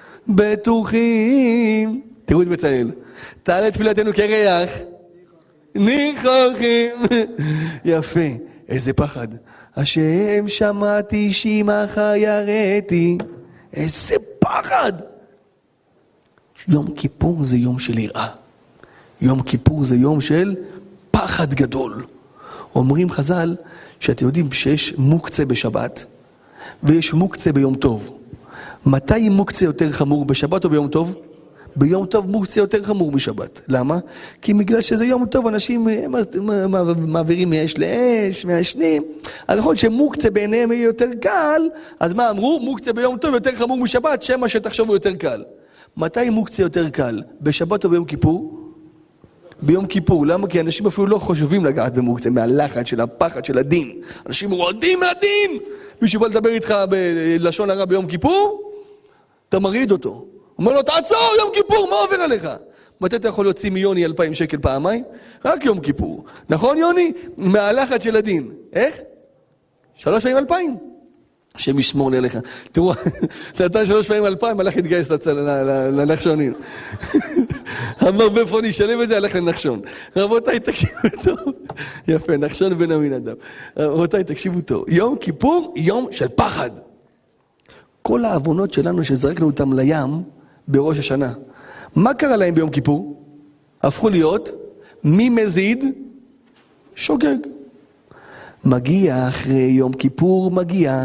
בטוחים. תראו את בצלאל. תעלה תפילתנו כריח. ניחוחים. יפה. איזה פחד. השם שמעתי שמך יראתי. איזה פחד. יום כיפור זה יום של יראה. יום כיפור זה יום של פחד גדול. אומרים חז"ל שאתם יודעים שיש מוקצה בשבת ויש מוקצה ביום טוב. מתי מוקצה יותר חמור, בשבת או ביום טוב? ביום טוב מוקצה יותר חמור משבת. למה? כי בגלל שזה יום טוב אנשים מעבירים מאש לאש, מהשנים. אז יכול להיות שמוקצה בעיניהם יהיה יותר קל, אז מה אמרו? מוקצה ביום טוב יותר חמור משבת, שמה שתחשבו יותר קל. מתי מוקצה יותר קל? בשבת או ביום כיפור? ביום כיפור. למה? כי אנשים אפילו לא חושבים לגעת במוקצה, מהלחץ של הפחד של הדין. אנשים רועדים מהדין. מישהו בא לדבר איתך בלשון הרע ביום כיפור, אתה מריד אותו. אומר לו, תעצור, יום כיפור, מה עובר עליך? מתי אתה יכול להוציא מיוני 2,000 שקל פעמיים? רק יום כיפור. נכון יוני? מהלחץ של הדין. איך? 3 פעמים 2,000. השם ישמור לי עליך. תראו, נתן 3 פעמים 2,000, הלך להתגייס לנחשונים. אמר בפוני, ישלם את זה, הלך לנחשון. רבותיי, תקשיבו טוב. יפה, נחשון בן עמינדב. רבותיי, תקשיבו טוב. יום כיפור, יום של פחד. כל העוונות שלנו שזרקנו אותם לים בראש השנה. מה קרה להם ביום כיפור? הפכו להיות מי מזיד? שוגג. מגיע אחרי יום כיפור, מגיע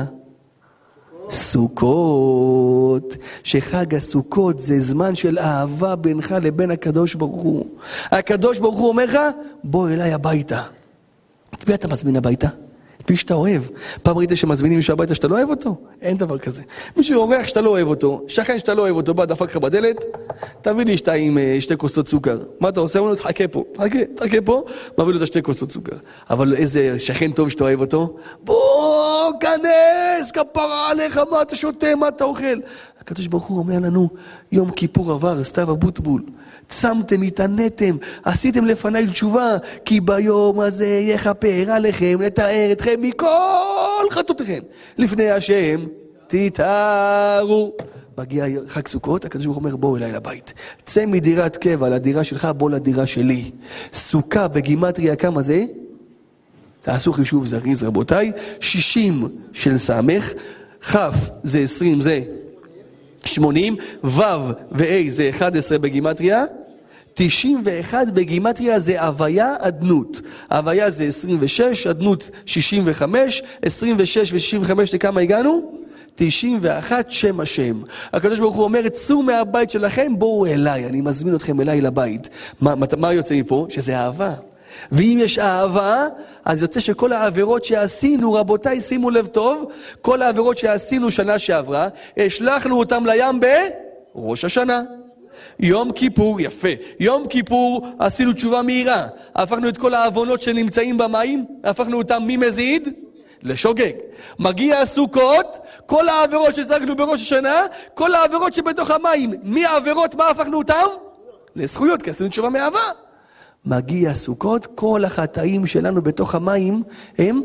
סוכות. שחג הסוכות זה זמן של אהבה בינך לבין הקדוש ברוך הוא. הקדוש ברוך הוא אומר לך, בוא אליי הביתה. את מי אתה מזמין הביתה? את מי שאתה אוהב. פעם ראית שמזמינים מישהו הביתה שאתה לא אוהב אותו? אין דבר כזה. מישהו אורח שאתה לא אוהב אותו, שכן שאתה לא אוהב אותו, בא דפק לך בדלת, תביא לי 2 כוסות סוכר. מה אתה עושה? הוא אומר, תחכה פה, תחכה פה, מביא לו את 2 כוסות סוכר. אבל איזה שכן טוב שאתה אוהב אותו, בוא, כנס, כפרה עליך, מה אתה שותה, מה אתה אוכל? הקדוש ברוך הוא אומר לנו, יום כיפור עבר, סתיו אבוטבול. צמתם, התעניתם, עשיתם לפני תשובה, כי ביום הזה יכפר עליכם, לתאר אתכם מכל חטאותיכם. לפני השם תתארו. מגיע חג סוכות, הקדוש ברוך הוא אומר, בוא אליי לבית. צא מדירת קבע לדירה שלך, בוא לדירה שלי. סוכה בגימטריה כמה זה? תעשו חישוב זריז רבותיי. 60 של סמך, כף זה 20 זה 80, ו' ו-A זה 11 בגימטריה, 91 בגימטריה זה הוויה אדנות. הוויה זה 26, אדנות 65, 26 ו-65 לכמה הגענו? 91 שם השם. הקדוש ברוך הוא אומר, צאו מהבית שלכם, בואו אליי, אני מזמין אתכם אליי לבית. מה יוצא מפה? שזה אהבה. ואם יש אהבה, אז יוצא שכל העבירות שעשינו, רבותיי, שימו לב טוב, כל העבירות שעשינו שנה שעברה, השלחנו אותם לים בראש השנה. יום כיפור, יפה, יום כיפור עשינו תשובה מהירה, הפכנו את כל העוונות שנמצאים במים, הפכנו אותם ממזיד לשוגג. מגיע הסוכות, כל העבירות שזרקנו בראש השנה, כל העבירות שבתוך המים, מהעבירות מה הפכנו אותם? לזכויות, כי עשינו תשובה מאהבה. מגיע סוכות, כל החטאים שלנו בתוך המים הם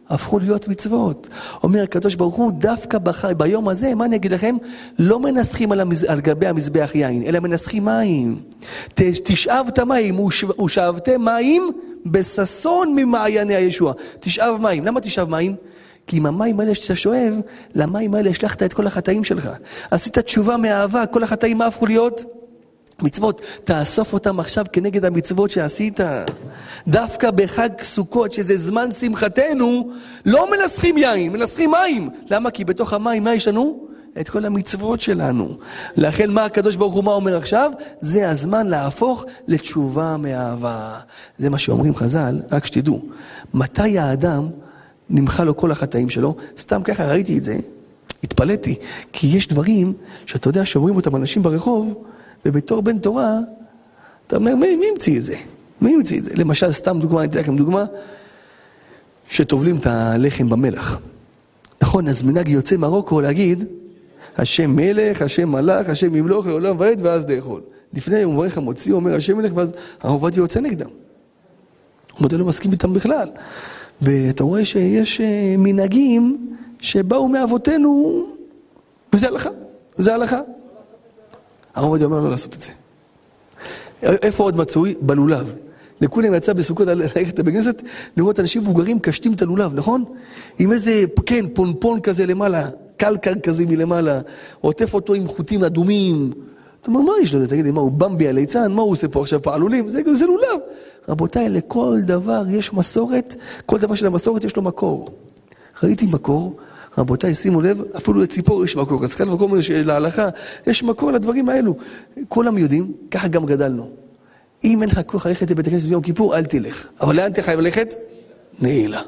הפכו להיות מצוות. אומר הקדוש ברוך הוא, דווקא ביום הזה, מה אני אגיד לכם? לא מנסחים על גבי המזבח יין, אלא מנסחים מים. תשאבת מים, ושאבתם מים בססון ממעייני הישוע. תשאב מים. למה תשאב מים? כי עם המים האלה שאתה שואב, למים האלה השלחת את כל החטאים שלך. עשית תשובה מאהבה, כל החטאים הפכו להיות מצוות. תאסוף אותם עכשיו כנגד המצוות שעשית. דווקא בחג סוכות, שזה זמן שמחתנו, לא מנסחים יין, מנסחים מים. למה? כי בתוך המים, מה יש לנו? את כל המצוות שלנו. לכן מה הקדוש ברוך הוא מה אומר עכשיו? זה הזמן להפוך לתשובה מאהבה. זה מה שאומרים חז"ל, רק שתדעו. מתי האדם נמחה לו כל החטאים שלו? סתם ככה ראיתי את זה, התפלאתי. כי יש דברים שאתה יודע שאומרים אותם אנשים ברחוב, ובתור בן תורה, אתה אומר, מי המציא את זה? מי המציא את זה? למשל, סתם דוגמה, אני אתן לכם דוגמה, שטובלים את הלחם במלח. נכון, אז מנהג יוצא מרוקו להגיד, השם מלך, השם מלך, השם ימלוך לעולם ועד, ואז לאכול. לפני הוא מברך המוציא, הוא אומר השם מלך, ואז הרב עובדיה יוצא נגדם. הוא לא מסכים איתם בכלל. ואתה רואה שיש מנהגים שבאו מאבותינו, וזה הלכה. זה הלכה. הרב עובדיה אומר לא לעשות את זה. איפה עוד מצוי? בלולב. לכולם יצא בסוכות ללכת בכנסת, לראות אנשים מבוגרים קשטים את הלולב, נכון? עם איזה, כן, פונפון כזה למעלה, קלקר כזה מלמעלה, עוטף אותו עם חוטים אדומים. אתה אומר, מה יש לו? תגיד לי, מה הוא במבי הליצן? מה הוא עושה פה עכשיו פעלולים? זה לולב. רבותיי, לכל דבר יש מסורת, כל דבר של המסורת יש לו מקור. ראיתי מקור, רבותיי, שימו לב, אפילו לציפור יש מקור, אז כאן מקום להלכה, יש מקור לדברים האלו. כולם יודעים, ככה גם גדלנו. אם אין לך כוח ללכת לבית הכנסת ביום כיפור, אל תלך. אבל לאן אתה חייב ללכת? נעילה.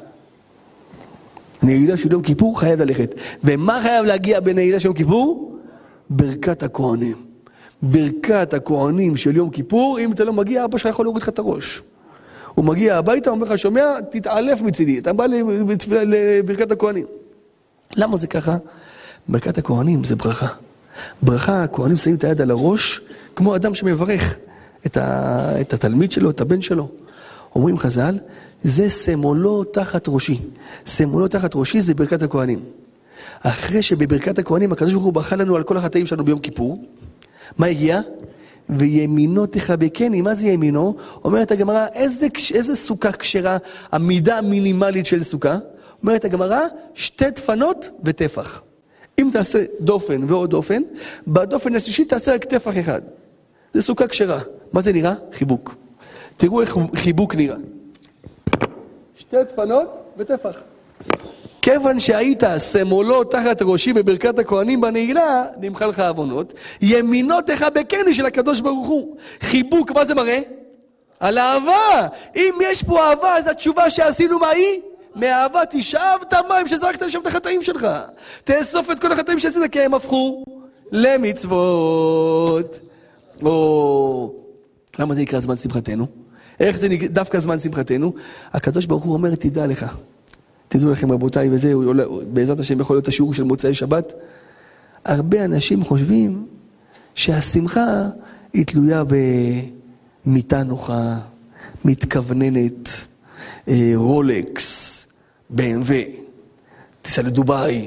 נעילה של יום כיפור חייב ללכת. ומה חייב להגיע בנעילה של יום כיפור? ברכת הכהנים. ברכת הכהנים של יום כיפור, אם אתה לא מגיע, אבא שלך יכול להוריד לך את הראש. הוא מגיע הביתה, אומר לך, שומע, תתעלף מצידי. אתה בא לברכת הכהנים. למה זה ככה? ברכת הכהנים זה ברכה. ברכה, הכהנים שמים את היד על הראש, כמו אדם שמברך את התלמיד שלו, את הבן שלו. אומרים חז"ל, זה סמולו תחת ראשי. סמולו תחת ראשי זה ברכת הכהנים. אחרי שבברכת הכהנים, הקדוש ברוך הוא ברכה לנו על כל החטאים שלנו ביום כיפור, מה הגיע? וימינו תחבקני. מה זה ימינו? אומרת הגמרא, איזה סוכה כשרה, המידה המינימלית של סוכה? אומרת הגמרא, 2 דפנות וטפח. אם תעשה דופן ועוד דופן, בדופן השלישי תעשה רק טפח אחד. זה סוכה כשרה. מה זה נראה? חיבוק. תראו איך חיבוק נראה. 2 דפנות וטפח. כיוון שהיית סמולו תחת ראשי בברכת הכהנים בנעילה, נמחה לך עוונות, ימינו תחבקני של הקדוש ברוך הוא. חיבוק, מה זה מראה? על אהבה. אם יש פה אהבה, אז התשובה שעשינו מה היא? מאהבה תשאב את המים שזרקת לשם את החטאים שלך. תאסוף את כל החטאים שעשית, כי הם הפכו למצוות. למה זה נקרא זמן שמחתנו? איך זה דווקא זמן שמחתנו? הקדוש ברוך הוא אומר, תדע לך. תדעו לכם רבותיי, וזה בעזרת השם יכול להיות השיעור של מוצאי שבת. הרבה אנשים חושבים שהשמחה היא תלויה במיטה נוחה, מתכווננת, רולקס, BMW, תיסע לדובאי,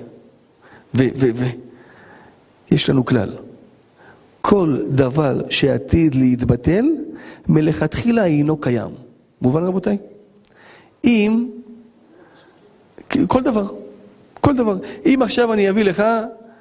יש לנו כלל. כל דבר שעתיד להתבטל, מלכתחילה אינו קיים. מובן רבותיי? אם כל דבר. אם עכשיו אני אביא לך,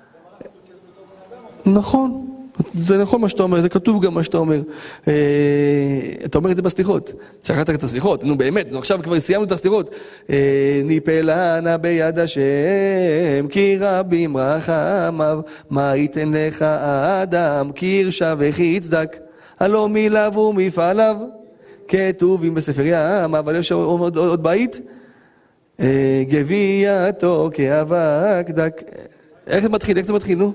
נכון, זה נכון מה שאתה אומר, זה כתוב גם מה שאתה אומר. אתה אומר את זה בסליחות. שכחת את הסליחות, נו באמת, עכשיו כבר סיימנו את הסליחות. ניפלנה ביד השם, כי רבים רחמיו, מה ייתן לך האדם, כי ירשע וכי יצדק, הלא מיליו ומפעליו, כתובים בספר ים, אבל יש עוד בית, גבייתו כאבק דק. איך זה מתחיל, נו?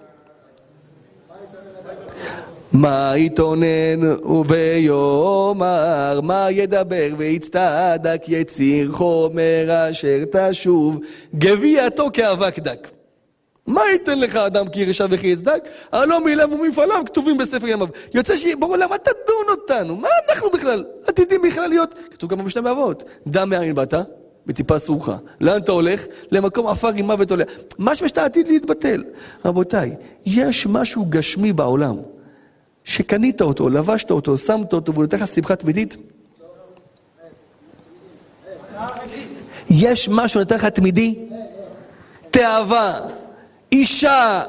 מה יתונן ויומר, מה ידבר ויצטדק, יציר חומר אשר תשוב, גבייתו כאבק דק. מה ייתן לך אדם כי ירשע וכי יצדק? הלא מיליו ומפעליו, כתובים בספר ימיו. יוצא ברור, למה תדון אותנו? מה אנחנו בכלל? עתידים בכלל להיות, כתוב גם במשנה באבות, דע מאין באת? בטיפה סרוחה. לאן אתה הולך? למקום עפר עם מוות עולה. משהו שאתה עתיד להתבטל. רבותיי, יש משהו גשמי בעולם, שקנית אותו, לבשת אותו, שמת אותו, והוא נותן לך שמחה תמידית. יש משהו נותן לך תמידי? תאווה, אישה,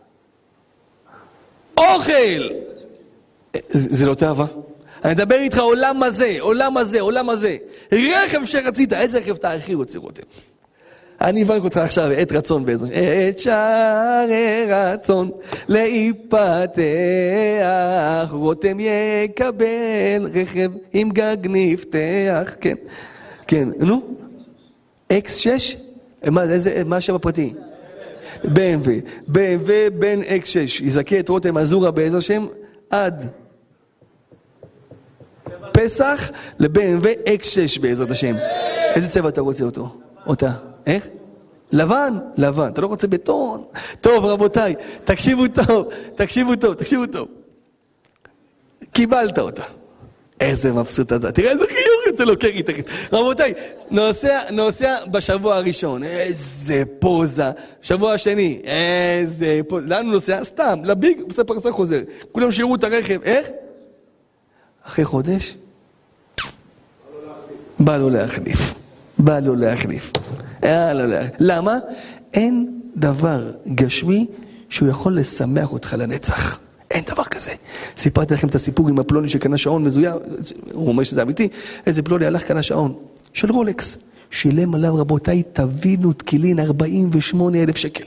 אוכל. זה לא תאווה. אני מדבר איתך עולם הזה, עולם הזה, עולם הזה. רכב שרצית, איזה רכב אתה הכי רוצה, רותם? אני אברך אותך עכשיו, עת רצון בעזרת. עת שערי רצון להיפתח, רותם יקבל רכב עם גג נפתח. כן, כן, נו? X6? מה השם הפרטי? BMW בין X6. יזכה את רותם אזורה בעזרת השם עד פסח ל-BMW X6 בעזרת השם. איזה צבע אתה רוצה אותו? אותה. איך? לבן? לבן. אתה לא רוצה בטון? טוב רבותיי, תקשיבו טוב, תקשיבו טוב, תקשיבו טוב. קיבלת אותה. איזה מבסוט אתה. תראה איזה חיוך אצל לוקרי. רבותיי, נוסע בשבוע הראשון. איזה פוזה. שבוע השני. איזה פוזה. לאן הוא נוסע? סתם. לביג, בסדר פרסה חוזר. כולם שירו את הרכב. איך? אחרי חודש? בא לו להחליף. בא לו להחליף. למה? אין דבר גשמי שהוא יכול לשמח אותך לנצח. אין דבר כזה. סיפרתי לכם את הסיפור עם הפלוני שקנה שעון מזויה, הוא אומר שזה אמיתי, איזה פלוני הלך קנה שעון של רולקס, שילם עליו רבותיי, תבינו תקילין 48,000 שקל.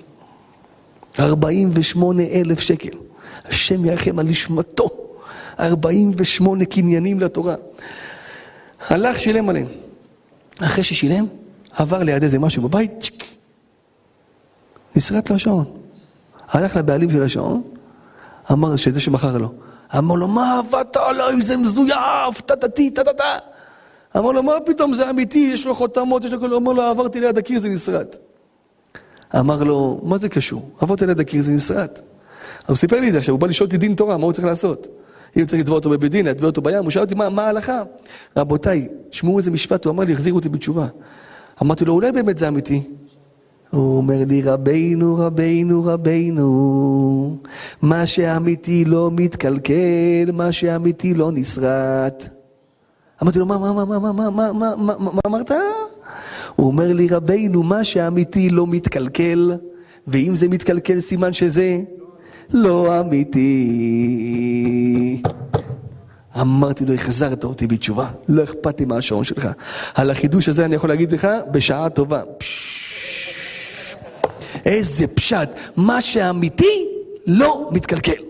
48,000 שקל. השם ירחם על נשמתו. 48 קניינים לתורה. הלך שילם עליהם. אחרי ששילם, עבר ליד איזה משהו בבית, צ'ק. נשרט לו השעון. הלך לבעלים של השעון, אמר שזה שמחר לו. אמר לו, מה עבדת עליי? זה מזויף, טטטי. אמר לו, מה פתאום זה אמיתי? יש לו חותמות, יש לו כל... אמר לו, עברתי ליד הקיר, זה נשרט. אמר לו, מה זה קשור? עברתי ליד הקיר, זה נשרט. הוא סיפר לי את זה עכשיו, הוא בא לשאול אותי דין תורה, מה הוא צריך לעשות? אם צריך לתבוע אותו בבית דין, לתבוע אותו בים, הוא שאל אותי, מה ההלכה? רבותיי, שמעו איזה משפט, הוא אמר לי, החזירו אותי בתשובה. אמרתי לו, אולי באמת זה אמיתי? הוא אומר לי, רבינו, מה שאמיתי לא מתקלקל, מה שאמיתי לא נשרט. אמרתי לו, מה אמרת? הוא אומר לי, רבינו, מה שאמיתי לא מתקלקל, ואם זה מתקלקל סימן שזה לא אמיתי. אמרתי לו, החזרת אותי בתשובה, לא אכפת לי מה השעון שלך. על החידוש הזה אני יכול להגיד לך, בשעה טובה. איזה פשט, מה שאמיתי לא מתקלקל.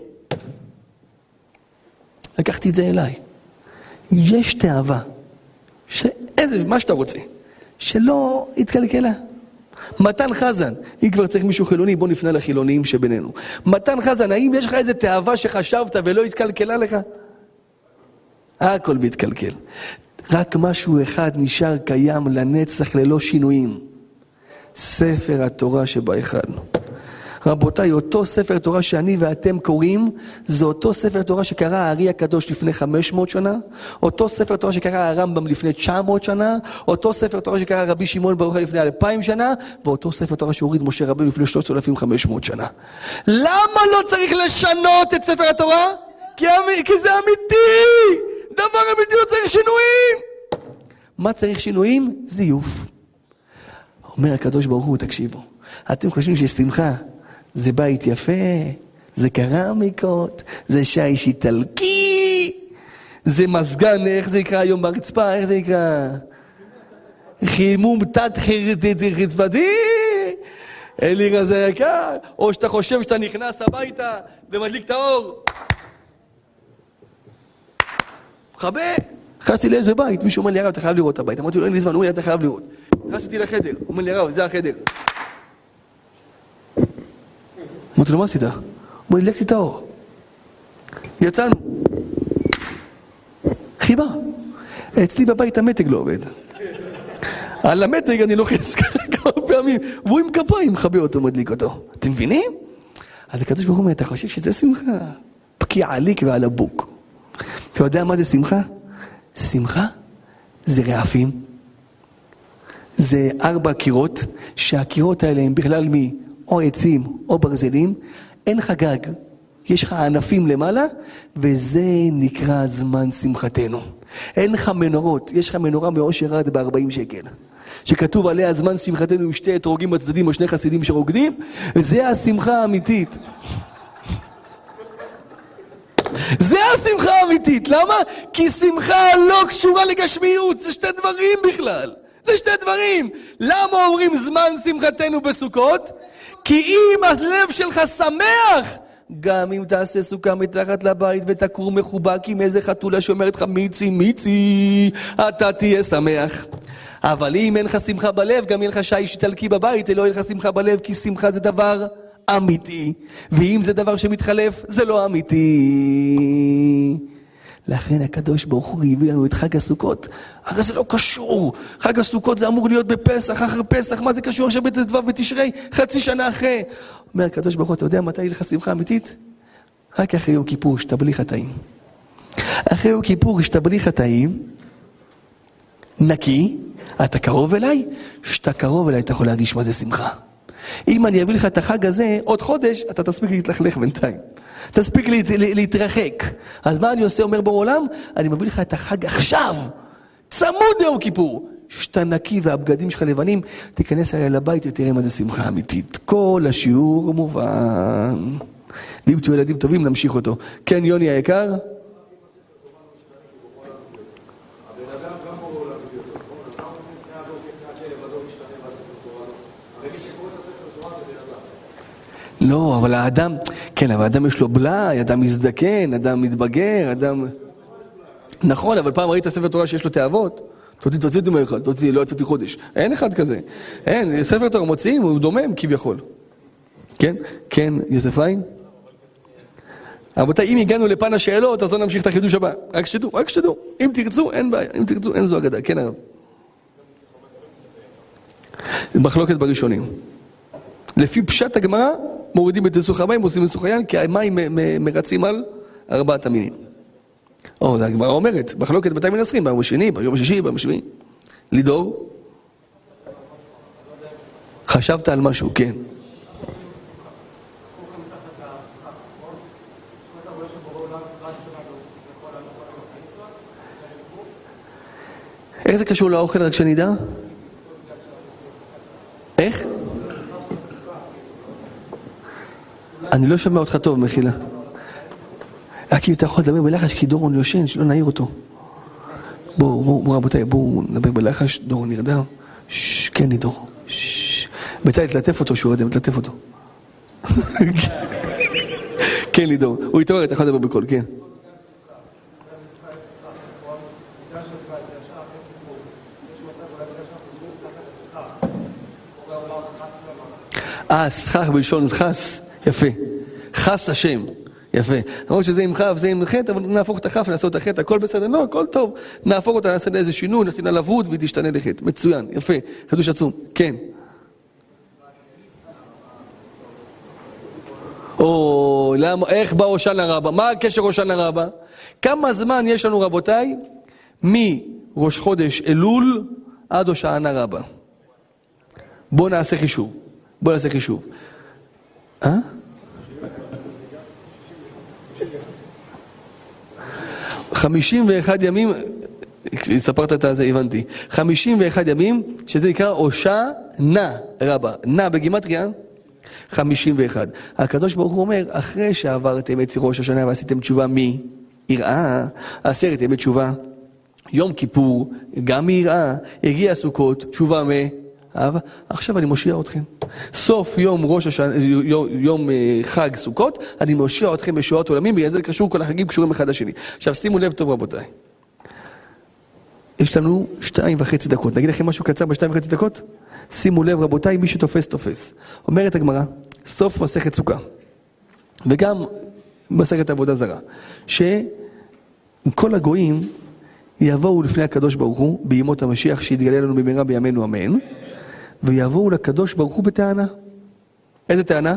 לקחתי את זה אליי. יש תאווה, מה שאתה רוצה, שלא יתקלקלה. מתן חזן, אם כבר צריך מישהו חילוני, בוא נפנה לחילוניים שבינינו. מתן חזן, האם יש לך איזה תאווה שחשבת ולא התקלקלה לך? הכל מתקלקל. רק משהו אחד נשאר קיים לנצח ללא שינויים. ספר התורה שבהיכל. רבותיי, אותו ספר תורה שאני ואתם קוראים, זה אותו ספר תורה שקרא הארי הקדוש לפני 500 שנה, אותו ספר תורה שקרא הרמב"ם לפני 900 שנה, אותו ספר תורה שקרא רבי שמעון בר יוחאי לפני 2000 שנה, ואותו ספר תורה שהוריד משה רבנו לפני 3,500 שנה. למה לא צריך לשנות את ספר התורה? כי זה אמיתי! דבר אמיתי לא צריך שינויים! מה צריך שינויים? זיוף. אומר הקדוש ברוך הוא, תקשיבו, אתם חושבים ששמחה זה בית יפה, זה קרמיקות, זה שיש איטלקי, זה מזגן, איך זה יקרא היום ברצפה, איך זה יקרא? חימום תת חרצפתי, אלי רזה יקר, או שאתה חושב שאתה נכנס הביתה ומדליק את האור. חבא, נכנסתי לאיזה בית, מישהו אומר לי, הרב, אתה חייב לראות את הבית. אמרתי לו, אין לי זמן, הוא אומר לי, אתה חייב לראות. נכנסתי לחדר, הוא אומר לי, הרב, זה החדר. אמרתי לו, מה עשית? הוא אומר לי, לקתי את האור. יצאנו. חיבה. אצלי בבית המתג לא עובד. על המתג אני לוחץ כמה פעמים, והוא עם כפיים מחבא אותו, מדליק אותו. אתם מבינים? אז הקדוש ברוך הוא אומר, אתה חושב שזה שמחה? פקיע עליק ועל הבוק. אתה יודע מה זה שמחה? שמחה זה רעפים, זה 4 קירות, שהקירות האלה הם בכלל או עצים או ברזלים, אין לך גג, יש לך ענפים למעלה, וזה נקרא זמן שמחתנו. אין לך מנורות, יש לך מנורה מאושר עד ב-40 שקל. שכתוב עליה זמן שמחתנו עם 2 אתרוגים בצדדים או 2 חסידים שרוקדים, זה השמחה האמיתית. זה השמחה האמיתית, למה? כי שמחה לא קשורה לגשמיות, זה 2 דברים בכלל. זה 2 דברים. למה אומרים זמן שמחתנו בסוכות? כי אם הלב שלך שמח, גם אם תעשה סוכה מתחת לבית ותקור מחובק עם איזה חתולה שאומרת לך מיצי מיצי, אתה תהיה שמח. אבל אם אין לך שמחה בלב, גם אין לך שיש איטלקי בבית, לא אין לך שמחה בלב, כי שמחה זה דבר אמיתי, ואם זה דבר שמתחלף, זה לא אמיתי. לכן הקדוש ברוך הוא הביא לנו את חג הסוכות. הרי זה לא קשור. חג הסוכות זה אמור להיות בפסח, אחר פסח, מה זה קשור עכשיו בט"ו בתשרי, חצי שנה אחרי. אומר הקדוש ברוך הוא, אתה יודע מתי יהיה לך שמחה אמיתית? רק אחרי יום כיפור, שאתה בלי חטאים. אחרי יום כיפור, שאתה בלי חטאים, נקי, אתה קרוב אליי, שאתה קרוב אליי, אתה יכול להרגיש מה זה שמחה. אם אני אביא לך את החג הזה, עוד חודש, אתה תספיק להתלכלך בינתיים. תספיק להתרחק. אז מה אני עושה, אומר בעולם? אני מביא לך את החג עכשיו, צמוד ליום כיפור. שאתה נקי והבגדים שלך לבנים, תיכנס אליי לבית ותראה מה זה שמחה אמיתית. כל השיעור מובן. ואם תהיו ילדים טובים, נמשיך אותו. כן, יוני היקר? לא, אבל האדם, כן, אבל האדם יש לו בלאי, אדם מזדקן, אדם מתבגר, אדם... נכון, אבל פעם ראית ספר תורה שיש לו תאוות? תוציא אותי מאחד, תוציא, לא יצאתי חודש. אין אחד כזה. אין, ספר תורה מוציאים, הוא דומם כביכול. כן? כן, יוסף חיים? רבותיי, אם הגענו לפן השאלות, אז לא נמשיך את החידוש הבא. רק שתדעו. אם תרצו, אין בעיה. אם תרצו, אין זו אגדה. כן, הרב. מחלוקת בראשונים. לפי פשט הגמרא, מורידים את ניסוך המים, עושים ניסוך היין, כי המים מרצים על 4 המינים. הגמרא אומרת, מחלוקת מתי מנסרים, ביום השני, ביום השישי, ביום השביעי. לידור? חשבת על משהו, כן. איך זה קשור לאוכל רק שנדע? איך? אני לא שומע אותך טוב, מחילה. רק אם אתה יכול לדבר בלחש, כי דורון יושן, שלא נעיר אותו. בואו רבותיי, בואו נדבר בלחש, דורון נרדם. כן, לידור. בצד תלטף אותו, שהוא יודע, תלטף אותו. כן, לידור. הוא יתעורר, אתה יכול לדבר בקול, כן. סכך בלשון חס, יפה. חס השם, יפה. למרות שזה עם חף, זה עם חטא, אבל נהפוך את החף, נעשה את החטא, הכל בסדר, לא, הכל טוב. נהפוך אותה, נעשה לאיזה שינוי, נעשה ללבות, והיא תשתנה לחטא. מצוין, יפה. חידוש עצום, כן. למה, איך בא הושענא רבה? מה הקשר הושענא רבה? כמה זמן יש לנו רבותיי? מראש חודש אלול עד הושענא רבה. בואו נעשה חישוב. 51 ימים, ספרת את זה, הבנתי. 51 ימים, שזה נקרא הושענא רבה. נא בגימטריה, 51. הקדוש ברוך הוא אומר, אחרי שעברתם את ראש השנה ועשיתם תשובה מיראה, 10 ימי תשובה, יום כיפור, גם מיראה, הגיע סוכות, תשובה עכשיו אני מושיע אתכם. סוף יום יום חג סוכות, אני מושיע אתכם בשועת עולמים, בגלל זה קשור, כל החגים קשורים אחד לשני. עכשיו שימו לב טוב רבותיי. יש לנו 2.5 דקות. נגיד לכם משהו קצר ב2.5 דקות? שימו לב רבותיי, מי שתופס תופס. אומרת הגמרא, סוף מסכת סוכה. וגם מסכת עבודה זרה. שכל הגויים יבואו לפני הקדוש ברוך הוא, בימות המשיח שיתגלה לנו במהרה בימינו אמן. ויבואו לקדוש ברוך הוא בטענה. איזה טענה?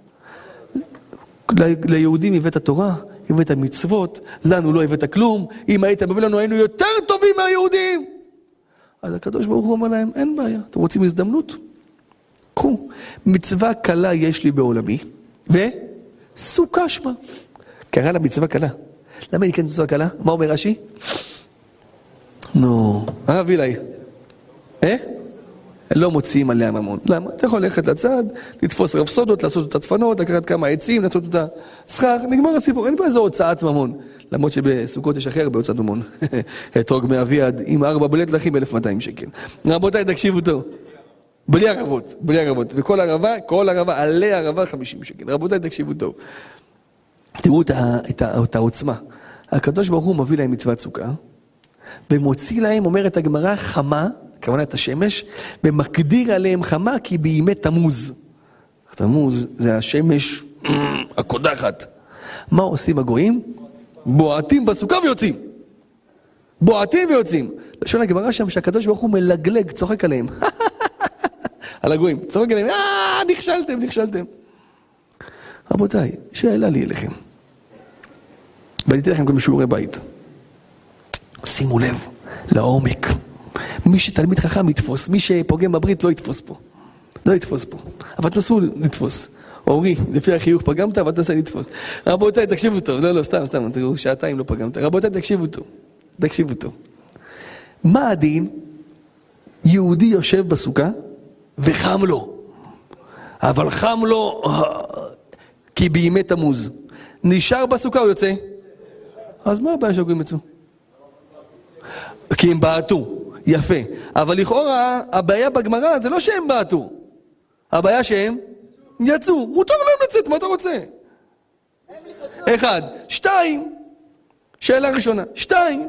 ליהודים הבאת תורה, הבאת מצוות, לנו לא הבאת כלום, אם היית מביא לנו היינו יותר טובים מהיהודים. אז הקדוש ברוך הוא אומר להם, אין בעיה, אתם רוצים הזדמנות? קחו, מצווה קלה יש לי בעולמי, וסוכה שמה. קרא לה מצווה קלה. למה היא כן מצווה קלה? מה אומר רש"י? נו, הרב אילי. לא מוציאים עליה ממון. למה? אתה יכול ללכת לצד, לתפוס רפסודות, לעשות את הדפנות, לקחת כמה עצים, לעשות את השכר, נגמר הסיפור. אין פה איזו הוצאת ממון. למרות שבסוכות יש הכי הרבה הוצאת ממון. אתרוג מאביעד עם 4 בלט לחים 1,200 שקל. רבותיי, תקשיבו טוב. בלי ערבות, בלי ערבות. וכל ערבה, כל ערבה, עלי ערבה 50 שקל. רבותיי, תקשיבו טוב. תראו את העוצמה. הקדוש ברוך הוא מביא להם מצוות סוכה, ומוציא להם, אומרת הגמרא, חמה, כוונה את השמש, ומקדיר עליהם חמה כי בימי תמוז. תמוז זה השמש הקודחת. מה עושים הגויים? בועטים בסוכה ויוצאים. בועטים ויוצאים. לשון הגמרא שם שהקדוש ברוך הוא מלגלג, צוחק עליהם. על הגויים, צוחק עליהם, נכשלתם, נכשלתם. רבותיי, שאלה לי אליכם. ואני אתן לכם גם שיעורי בית. שימו לב לעומק. מי שתלמיד חכם יתפוס, מי שפוגם בברית לא יתפוס פה. לא יתפוס פה. אבל תנסו לתפוס. אורי, לפי החיוך פגמת, אבל תנסה לתפוס. רבותיי, תקשיבו טוב. לא, סתם, תראו, שעתיים לא פגמת. רבותיי, תקשיבו טוב. תקשיבו טוב. מה הדין? יהודי יושב בסוכה, וחם לו. אבל חם לו, כי בימי תמוז. נשאר בסוכה או יוצא? אז מה הבעיה שהגויים יצאו? כי הם בעטו. יפה. אבל לכאורה, הבעיה בגמרא זה לא שהם בעטו. הבעיה שהם יצאו. מותר להם לצאת, מה אתה רוצה? 1. 2. שאלה ראשונה. 2.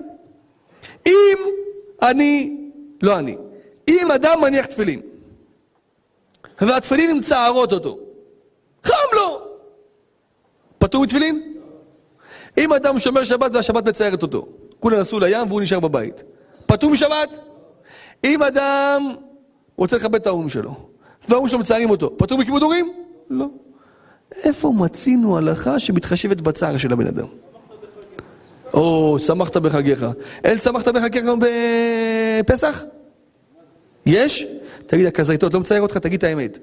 אם אדם מניח תפילין, והתפילין עם צערות אותו, חם לו. פטור מתפילין? אם אדם שומר שבת והשבת מצערת אותו, כולם נסעו לים והוא נשאר בבית, פטור משבת? אם אדם רוצה לכבד את ההורים שלו, וההורים שלו מצערים אותו, פטור מכיבוד הורים? לא. איפה מצינו הלכה שמתחשבת בצער של הבן אדם? שמחת בחגיך. שמחת בחגיך בפסח? יש? תגיד, הכזיתות לא מצייר אותך? תגיד את האמת.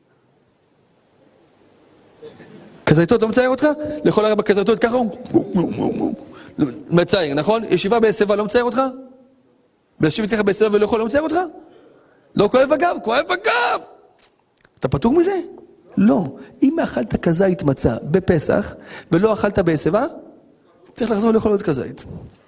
כזיתות לא מצייר אותך? לכל הרב הכזיתות ככה הוא מצייר, נכון? ישיבה בהסבה לא מצייר אותך? ולשבת ככה בהסבה ולא יכול לא מצייר אותך? לא כואב בגב? כואב בגב! אתה פטור מזה? לא. אם אכלת כזית מצה בפסח ולא אכלת בהסבה, צריך לחזור לאכול עוד כזית.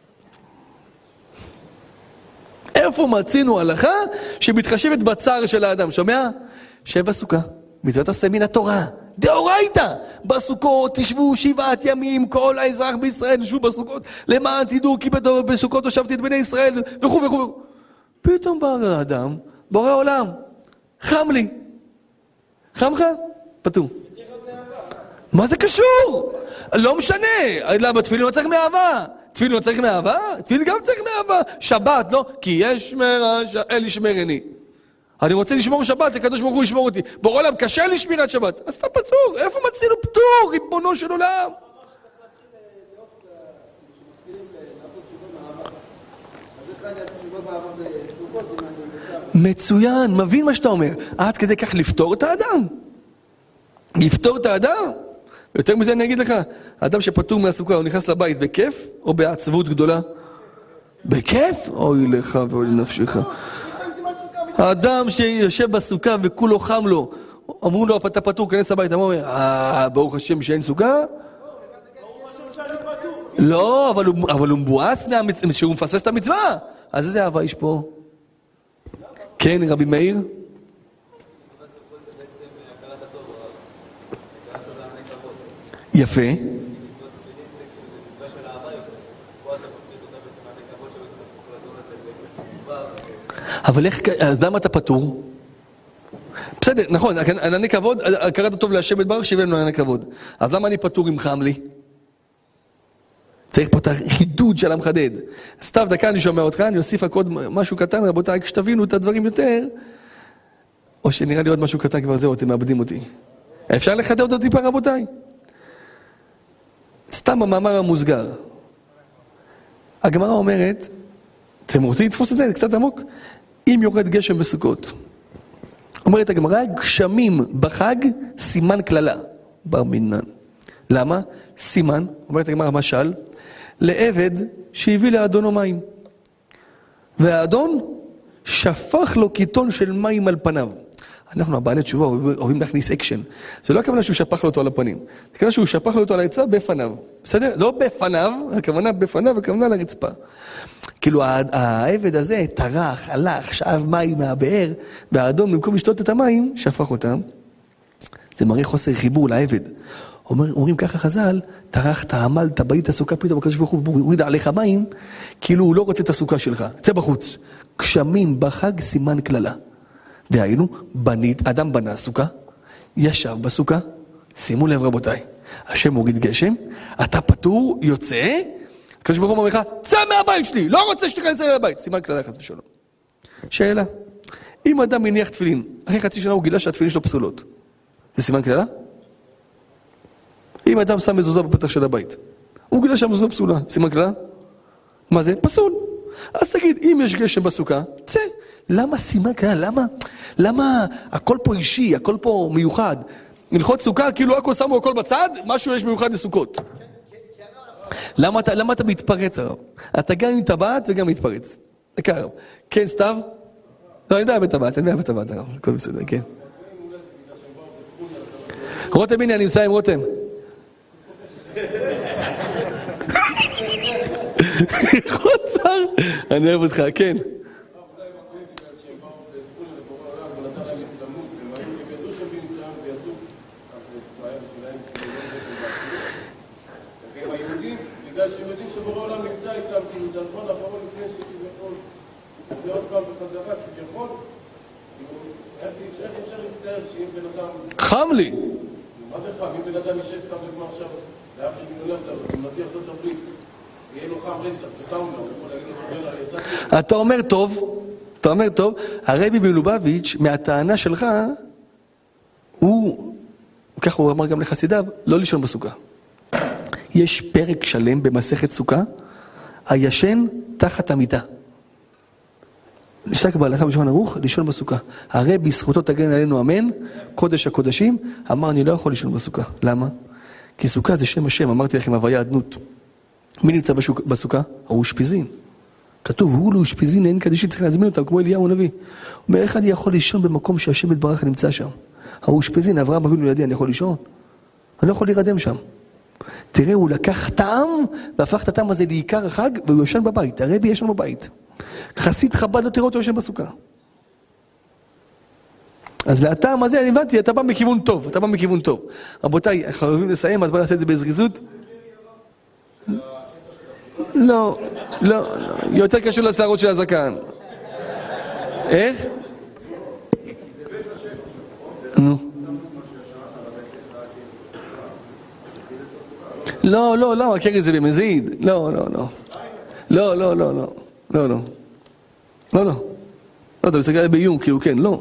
איפה מצינו הלכה שמתחשבת בצער של האדם? שומע? שב בסוכה. מצוות עשה מן התורה. דאורייתא. בסוכות תשבו 7 ימים, כל האזרח בישראל ישבו בסוכות, למען תדעו כי בסוכות הושבתי את בני ישראל, וכו' וכו'. פתאום בא האדם, בורא עולם, חם לי. חם לך? פתור. מה זה קשור? לא משנה. למה תפילין לא צריך מאהבה? תפילין לא צריך מאהבה? תפילין גם צריך מאהבה. שבת, לא? כי יש שמרה, אל ישמרני. אני רוצה לשמור שבת, הקדוש ברוך הוא ישמור אותי. בורא עולם, קשה לי שמירת שבת. אז אתה פטור. איפה מצינו פטור, ריבונו של עולם? מצוין, מבין מה שאתה אומר. עד כדי כך לפתור את האדם. לפתור את האדם. יותר מזה אני אגיד לך, האדם שפטור מהסוכה, הוא נכנס לבית בכיף או בעצבות גדולה? בכיף? אוי לך ואוי לנפשך. האדם שיושב בסוכה וכולו חם לו, אמרו לו, אתה פטור, כנס לבית, הוא אומר, ברוך השם שאין סוכה? לא, אבל הוא מבואס שהוא מפסס את המצווה. אז איזה אהבה יש פה? כן, רבי מאיר? יפה. אבל איך, אז למה אתה פטור? בסדר, נכון, ענני כבוד, קראת טוב להשם יתברך, שיבנו ענני כבוד. אז למה אני פטור אם חם לי? צריך פה את החידוד של המחדד. סתיו, דקה אני שומע אותך, אני אוסיף עוד משהו קטן, רבותיי, כשתבינו את הדברים יותר, או שנראה לי עוד משהו קטן כבר זהו, אתם מאבדים אותי. אפשר לחדד אותי פה, רבותיי? סתם המאמר המוסגר. הגמרא אומרת, אתם רוצים לתפוס את זה? זה קצת עמוק. אם יורד גשם בסוכות, אומרת הגמרא, גשמים בחג סימן כללה, בר מינן. למה? סימן, אומרת הגמרא משל, לעבד שהביא לאדונו מים. והאדון שפך לו קיטון של מים על פניו. אנחנו הבעלי תשובה אוהבים להכניס אקשן. זה לא הכוונה שהוא שפך לו אותו על הפנים. זה הכוונה שהוא שפך לו אותו על הרצפה בפניו. בסדר? לא בפניו, הכוונה בפניו, הכוונה לרצפה. כאילו העבד הזה טרח, הלך, שאב מים מהבאר, והאדון במקום לשתות את המים, שפך אותם. זה מראה חוסר חיבור לעבד. אומרים ככה חז"ל, טרחת, עמלת, בית הסוכה, פתאום הקדוש ברוך הוא הוריד עליך מים, כאילו הוא לא רוצה את הסוכה שלך. צא בחוץ. גשמים בחג סימן כללה. דהיינו, אדם בנה סוכה, ישב בסוכה, שימו לב רבותיי, השם מוריד גשם, אתה פטור, יוצא, הקדוש ברוך הוא אומר לך, צא מהבית שלי, לא רוצה שתיכנס אליי לבית, סימן כללה חס ושלום. שאלה, אם אדם מניח תפילין, אחרי חצי שנה הוא גילה שהתפילין שלו פסולות, זה סימן כללה? אם אדם שם מזוזה בפתח של הבית, הוא גילה שהמזוזה פסולה, סימן כללה? מה זה? פסול. אז תגיד, אם יש גשם בסוכה, צא. למה סימן כללה? למה הכל פה אישי, הכל פה מיוחד? הלכות סוכה, כאילו הכל שמו הכל בצד, משהו יש מיוחד לסוכות. למה אתה מתפרץ הרב? אתה גם עם טבעת וגם מתפרץ. דקה הרב. כן, סתיו? לא, אני יודע בטבעת, הרב. הכל בסדר, כן. רותם, הנה, אני מסיים, רותם. חוצר, אני אוהב אותך, כן. בגלל שהם יודעים שבורא עולם נמצא איתם, כאילו זה הזמן האחרון לפני שכביכול, זה עוד פעם בחזרה, כביכול, איך אפשר להצטער שאם בן אדם... חם לי! מה זה חם? אם בן אדם יישב כאן בזמן עכשיו, לאחרי מיליונר דבר, אם נביא ארצות הברית, יהיה לו חם רצח, וסאונד, הוא יכול להגיד לו, יצאתי... אתה אומר טוב, הרבי מלובביץ' מהטענה שלך, ככה הוא אמר גם לחסידיו, לא לישון בסוכה. יש פרק שלם במסכת סוכה, הישן תחת המיטה. נפסק בהלכה בשולחן ערוך, לישון בסוכה. הרבי זכותו תגן עלינו אמן, קודש הקודשים, אמר אני לא יכול לישון בסוכה. למה? כי סוכה זה שם השם, אמרתי לכם הוויה אדנות. מי נמצא בסוכה? האושפיזין. כתוב, הוא לא אושפיזין, אין קדישים, צריך להזמין אותם, כמו אליהו הנביא. הוא אומר, איך אני יכול לישון במקום שהשם יתברך נמצא שם? האושפיזין, אברהם אבינו לידי, אני יכול לישון? אני לא יכול להירדם שם. תראה, הוא לקח טעם, והפך את הטעם הזה לעיקר החג, והוא יושן בבית. הרבי ישן בבית. חסיד חב"ד לא תראה אותו יושן בסוכה. אז לטעם הזה, אני הבנתי, אתה בא מכיוון טוב. רבותיי, חייבים לסיים, אז בוא נעשה את זה בזריזות. לא, יותר קשור לשערות של הזקן. איך? נו. לא, הקרי זה במזיד. לא. אתה מסתכל עליי באיום, כאילו כן, לא.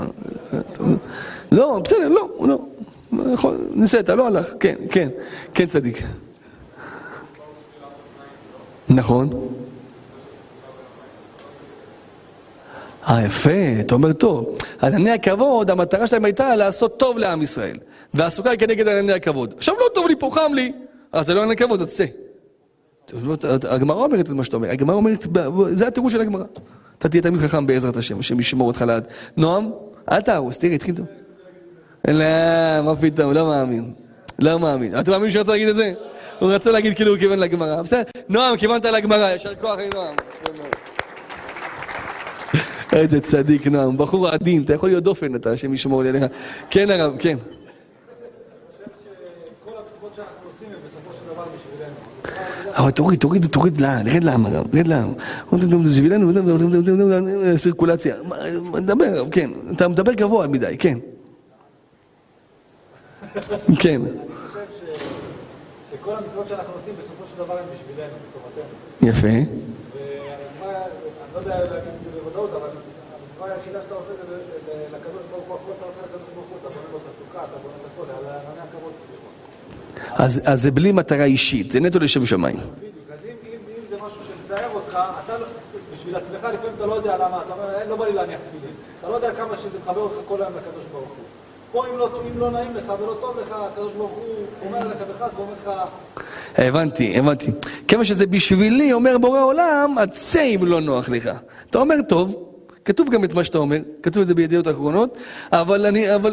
לא, בסדר, לא. ניסית, לא הלך, כן צדיק. נכון. יפה, אתה אומר טוב. ענני הכבוד, המטרה שלהם הייתה לעשות טוב לעם ישראל. והסוכה היא כנגד ענני הכבוד. עכשיו לא טוב לי, פה חם לי. אז זה לא ענני הכבוד, אז צא. הגמרא אומרת את מה שאתה אומר. הגמרא אומרת, זה התירוץ של הגמרא. אתה תהיה תמיד חכם בעזרת השם, השם ישמור אותך לעד. נועם, אל תהרוס, תראי, התחיל טוב. לא, מה פתאום, לא מאמין. אתה מאמין שהוא רצה להגיד את זה? הוא רצה להגיד כאילו הוא כיוון לגמרא. בסדר? נועם, כיוונת לגמרא, ישר כוח לי נועם. איזה צדיק נועם, בחור עדין, אתה יכול להיות דופן, אתה השם ישמור לי עליך. כן הרב, כן. אבל תוריד לעם, רד לעם הרב, רד לעם. בשבילנו, סירקולציה. מדבר, כן. אתה מדבר גבוה מדי, כן. כן. אני חושב שכל המצוות שאנחנו עושים בסופו של דבר הם בשבילנו, בטובתנו. יפה. והמצווה, אני לא יודע להגיד את זה בוודאות, אבל המצווה היחידה שאתה עושה זה לקדוש ברוך הוא, הכל אתה עושה לקדוש ברוך הוא, אתה בונה לו את הסוכה, אתה בונה את הכל, על ענני הכבוד כביכול. אז זה בלי מטרה אישית, זה נטו לשם שמיים. בדיוק, אז אם זה משהו שמצער אותך, אתה לא... בשביל עצמך לפעמים אתה לא יודע למה, אתה אומר, לא בא לי להניח תפילין. אתה לא יודע כמה שזה מחבר אותך כל היום לקדוש ברוך הוא. פה אם לא נעים לך ולא טוב לך, הקדוש ברוך הוא אומר לך בחס ואומר לך... הבנתי. כמה שזה בשבילי, אומר בורא עולם, הצא אם לא נוח לך. אתה אומר טוב, כתוב גם את מה שאתה אומר, כתוב את זה בידיעות האחרונות, אבל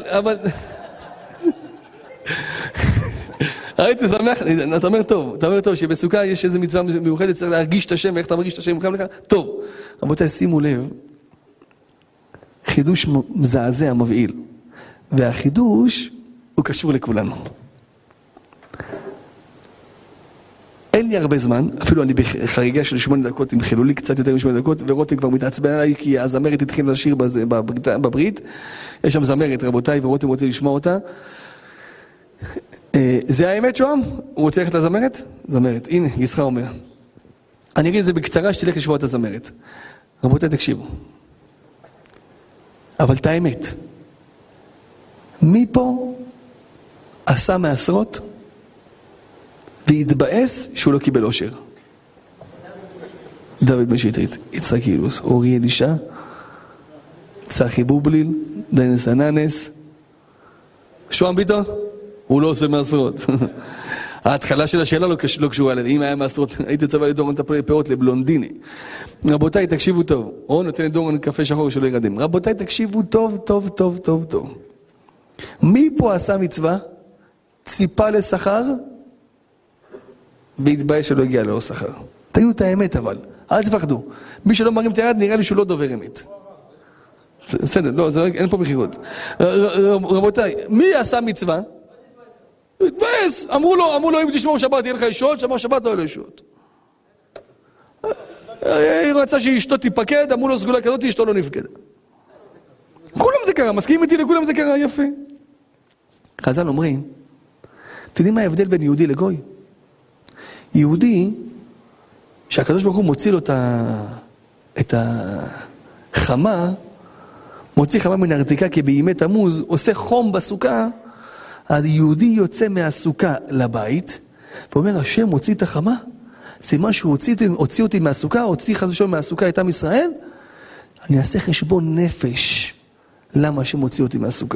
הייתי שמח, אתה אומר טוב שבסוכה יש איזו מצווה מיוחדת, צריך להרגיש את השם, איך אתה מרגיש את השם, טוב. רבותיי, שימו לב, חידוש מזעזע, מבהיל, והחידוש הוא קשור לכולנו. אין לי הרבה זמן, אפילו אני בחריגה של 8 דקות, הם חילו לי קצת יותר מ8 דקות, ורותם כבר מתעצבן עליי, כי הזמרת התחיל לשיר בברית, יש שם זמרת, רבותיי, ורותם רוצה לשמוע אותה. זה האמת שוהם? הוא רוצה ללכת לזמרת? זמרת, הנה, ישחה אומר. אני אגיד את זה בקצרה, שתלך לשמוע את הזמרת. רבותיי, תקשיבו. אבל את האמת, מי פה עשה מעשרות והתבאס שהוא לא קיבל אושר? דוד בן שטרית, יצחק אילוז, אורי אלישע, צחי בובליל, דניאל אננס, שוהם ביטון, הוא לא עושה מעשרות. ההתחלה של השאלה לא קשורה לזה. אם היה מעשרות, הייתי צבא לדורון את הפירות לבלונדיני. רבותיי, תקשיבו טוב. או נותן לדורון קפה שחור שלא ירדם. רבותיי, תקשיבו טוב. מי פה עשה מצווה, ציפה לשכר, והתבאס שלא הגיע לו שכר? תגידו את האמת אבל, אל תפחדו. מי שלא מרים את היד, נראה לי שהוא לא דובר אמת. בסדר, לא, אין פה מחירות. רבותיי, מי עשה מצווה? התבאס. אמרו לו, אם תשמור שבת יהיה לך ישועות, שמור שבת לא יהיה לו ישועות. היא רצה שאשתו תיפקד, אמרו לו סגולה כזאת, אשתו לא נפקד. כולם זה קרה, מסכים איתי לכולם זה קרה, יפה. חז"ל אומרים, אתם יודעים מה ההבדל בין יהודי לגוי? יהודי, שהקדוש ברוך הוא מוציא לו את החמה, מוציא חמה מן הרתיקה כבימי תמוז, עושה חום בסוכה, היהודי יוצא מהסוכה לבית, ואומר, השם הוציא את החמה, סימן שהוא הוציא אותי מהסוכה, הוציא חס ושלום מהסוכה את עם ישראל, אני אעשה חשבון נפש, למה השם הוציא אותי מהסוכה.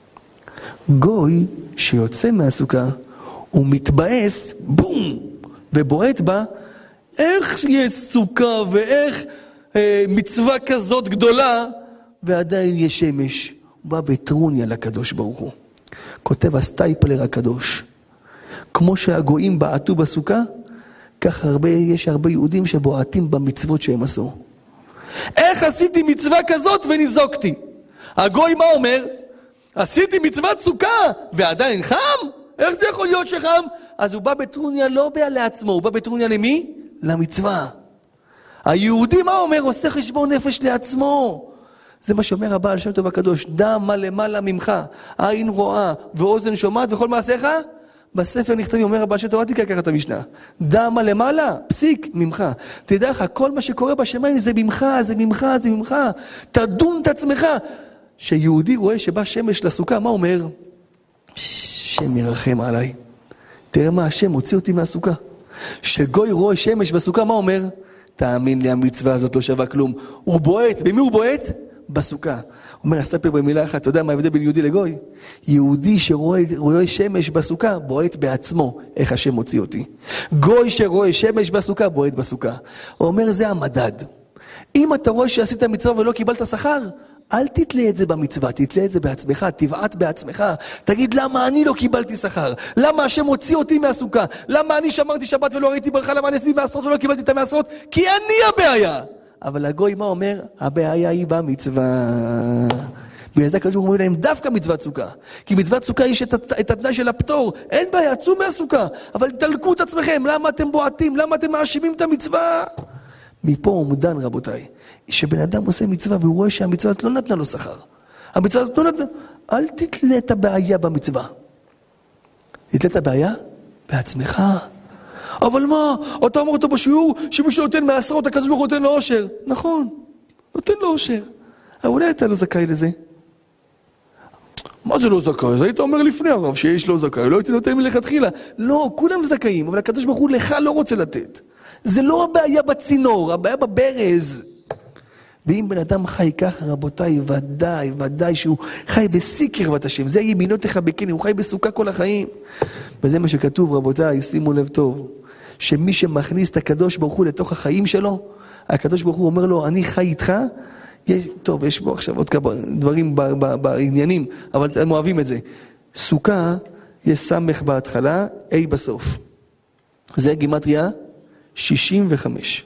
גוי שיוצא מהסוכה, הוא מתבאס, בום, ובועט בה, איך יש סוכה ואיך מצווה כזאת גדולה, ועדיין יש שמש. הוא בא בטרוניה לקדוש ברוך הוא. כותב הסטייפלר הקדוש, כמו שהגויים בעטו בסוכה, כך יש הרבה יהודים שבועטים במצוות שהם עשו. איך עשיתי מצווה כזאת וניזוקתי? הגוי מה אומר? עשיתי מצוות סוכה ועדיין חם? איך זה יכול להיות שחם? אז הוא בא בטרוניה לא בא לעצמו, הוא בא בטרוניה למי? למצווה. היהודי מה אומר? עושה חשבון נפש לעצמו. זה מה שאומר הבעל שם טוב הקדוש, דע מה למעלה ממך, עין רואה ואוזן שומעת וכל מעשיך, בספר נכתבים, אומר הבעל שם טוב, תקרא ככה את המשנה, דע מה למעלה, פסיק ממך, תדע לך, כל מה שקורה בשמיים זה ממך, זה ממך, זה ממך, תדון את עצמך. שיהודי רואה שבא שמש לסוכה, מה אומר? שם ירחם עליי, תראה מה השם הוציא אותי מהסוכה. שגוי רואה שמש בסוכה, מה אומר? תאמין לי, המצווה הזאת לא שווה כלום. הוא בועט, במי הוא בועט? בסוכה. אומר הספר במילה אחת, אתה יודע מה ההבדל בין יהודי לגוי? יהודי שרואה שמש בסוכה, בועט בעצמו, איך השם הוציא אותי. גוי שרואה שמש בסוכה, בועט בסוכה. הוא אומר, זה המדד. אם אתה רואה שעשית מצווה ולא קיבלת שכר, אל תתלה את זה במצווה, תתלה את זה בעצמך, תבעט בעצמך. תגיד, למה אני לא קיבלתי שכר? למה השם הוציא אותי מהסוכה? למה אני שמרתי שבת ולא ראיתי ברכה? למה אני עשיתי מעשרות ולא קיבלתי את המעשרות? כי אני הבעיה. אבל הגוי מה אומר? הבעיה היא במצווה. בגלל זה הקדוש ברוך הוא אומר להם דווקא מצוות סוכה. כי מצוות סוכה יש את התנאי של הפטור. אין בעיה, צאו מהסוכה. אבל תלקו את עצמכם. למה אתם בועטים? למה אתם מאשימים את המצווה? מפה עומדן רבותיי. שבן אדם עושה מצווה והוא רואה שהמצווה הזאת לא נתנה לו שכר. המצווה הזאת לא נתנה. אל תתלה את הבעיה במצווה. תתלה את הבעיה בעצמך. אבל מה? אתה אומר אותו בשיעור שמישהו נותן מעשרות, הקדוש ברוך הוא נותן לו אושר. נכון, נותן לו אושר. אבל אולי אתה לא זכאי לזה. מה זה לא זכאי? אז היית אומר לפני הרב שיש לו זכאי, לא הייתי נותן מלכתחילה. לא, כולם זכאים, אבל הקדוש ברוך הוא לך לא רוצה לתת. זה לא הבעיה בצינור, הבעיה בברז. ואם בן אדם חי ככה, רבותיי, ודאי שהוא חי בשיא קרבת השם. זה ימינותך בקני, הוא חי בסוכה כל החיים. וזה מה שכתוב, רבותיי, שימו לב טוב, שמי שמכניס את הקדוש ברוך הוא לתוך החיים שלו, הקדוש ברוך הוא אומר לו, אני חי איתך, טוב, יש בו עכשיו עוד כמה דברים בעניינים, אבל אתם אוהבים את זה. סוכה, יש סמך בהתחלה, A בסוף. זה גימטריה 65.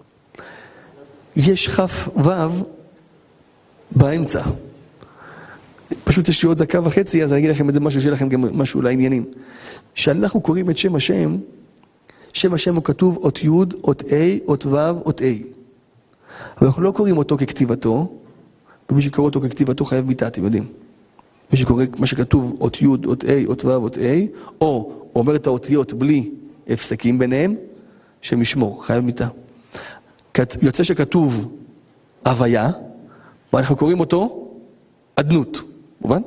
יש כף ו' באמצע. פשוט יש לי עוד דקה וחצי, אז אני אגיד לכם את זה משהו, שיהיה לכם גם משהו לעניינים. כשאנחנו קוראים את שם השם, שם השם הוא כתוב אות י', אות A, אות ו', אות A. אבל אנחנו לא קוראים אותו ככתיבתו, ומי שקורא אותו ככתיבתו חייב מיתה, אתם יודעים. מי שקורא מה שכתוב אות י', אות A, אות ו', אות A, או אומר את האותיות בלי הפסקים ביניהם, שמשמור, חייב מיתה. יוצא שכתוב הוויה, ואנחנו קוראים אותו עדנות, מובן?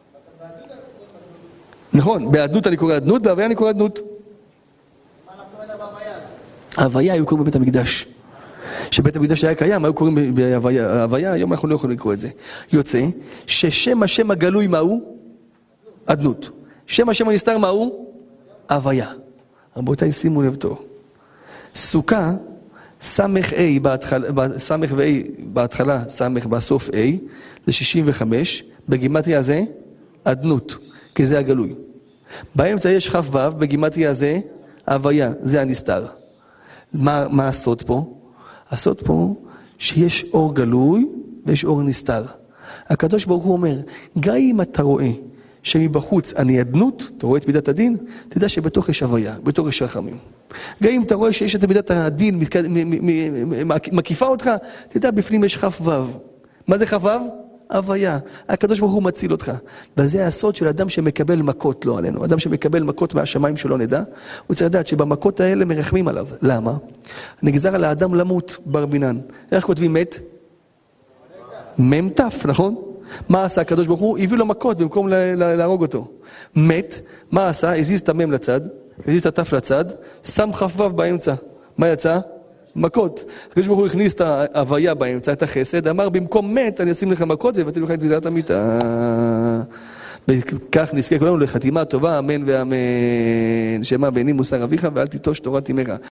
נכון, בעדנות אני קורא עדנות, בהוויה אני קורא עדנות. מה אנחנו אין בהוויה? ההוויה היו קוראים בבית המקדש. שבית המקדש היה קיים, היו קוראים בהוויה, היום אנחנו לא יכולים לקרוא את זה. יוצא ששם השם הגלוי מהו? עדנות. שם השם הנסתר מהו? הוויה. רבותיי, שימו לב טוב. סוכה, סמך A סמך ו-A בהתחלה, סמך בסוף A, זה 65, בגימטריה זה עדנות, כי זה הגלוי. באמצע יש כף ו', בגימטריה זה הוויה, זה הנסתר. מה הסוד פה? הסוד פה שיש אור גלוי ויש אור נסתר. הקדוש ברוך הוא אומר, גם אם אתה רואה שמבחוץ אני עדנות, אתה רואה את מידת הדין, תדע שבתוך יש הוויה, בתוך יש רחמים. גם אם אתה רואה שיש את מידת הדין מקיפה אותך, תדע בפנים יש כף ו'. מה זה כף ו'? הוויה. הקדוש ברוך הוא מציל אותך. וזה הסוד של אדם שמקבל מכות, לא עלינו. אדם שמקבל מכות מהשמיים שלא נדע, הוא צריך לדעת שבמכות האלה מרחמים עליו. למה? נגזר על האדם למות ברבינן. איך כותבים מת? ממתף, נכון? מה עשה הקדוש ברוך הוא? הביא לו מכות במקום להרוג אותו. מת, מה עשה? הזיז את המם לצד, הזיז את התף לצד, שם כף ו' באמצע. מה יצא? מכות. הקדוש ברוך הוא הכניס את ההוויה באמצע, את החסד, אמר במקום מת אני אשים לך מכות ובטל לך את זידת המיטה. וכך נזכה כולנו לחתימה טובה, אמן ואמן. שמע בעיני מוסר אביך ואל תיטוש תורת אמך.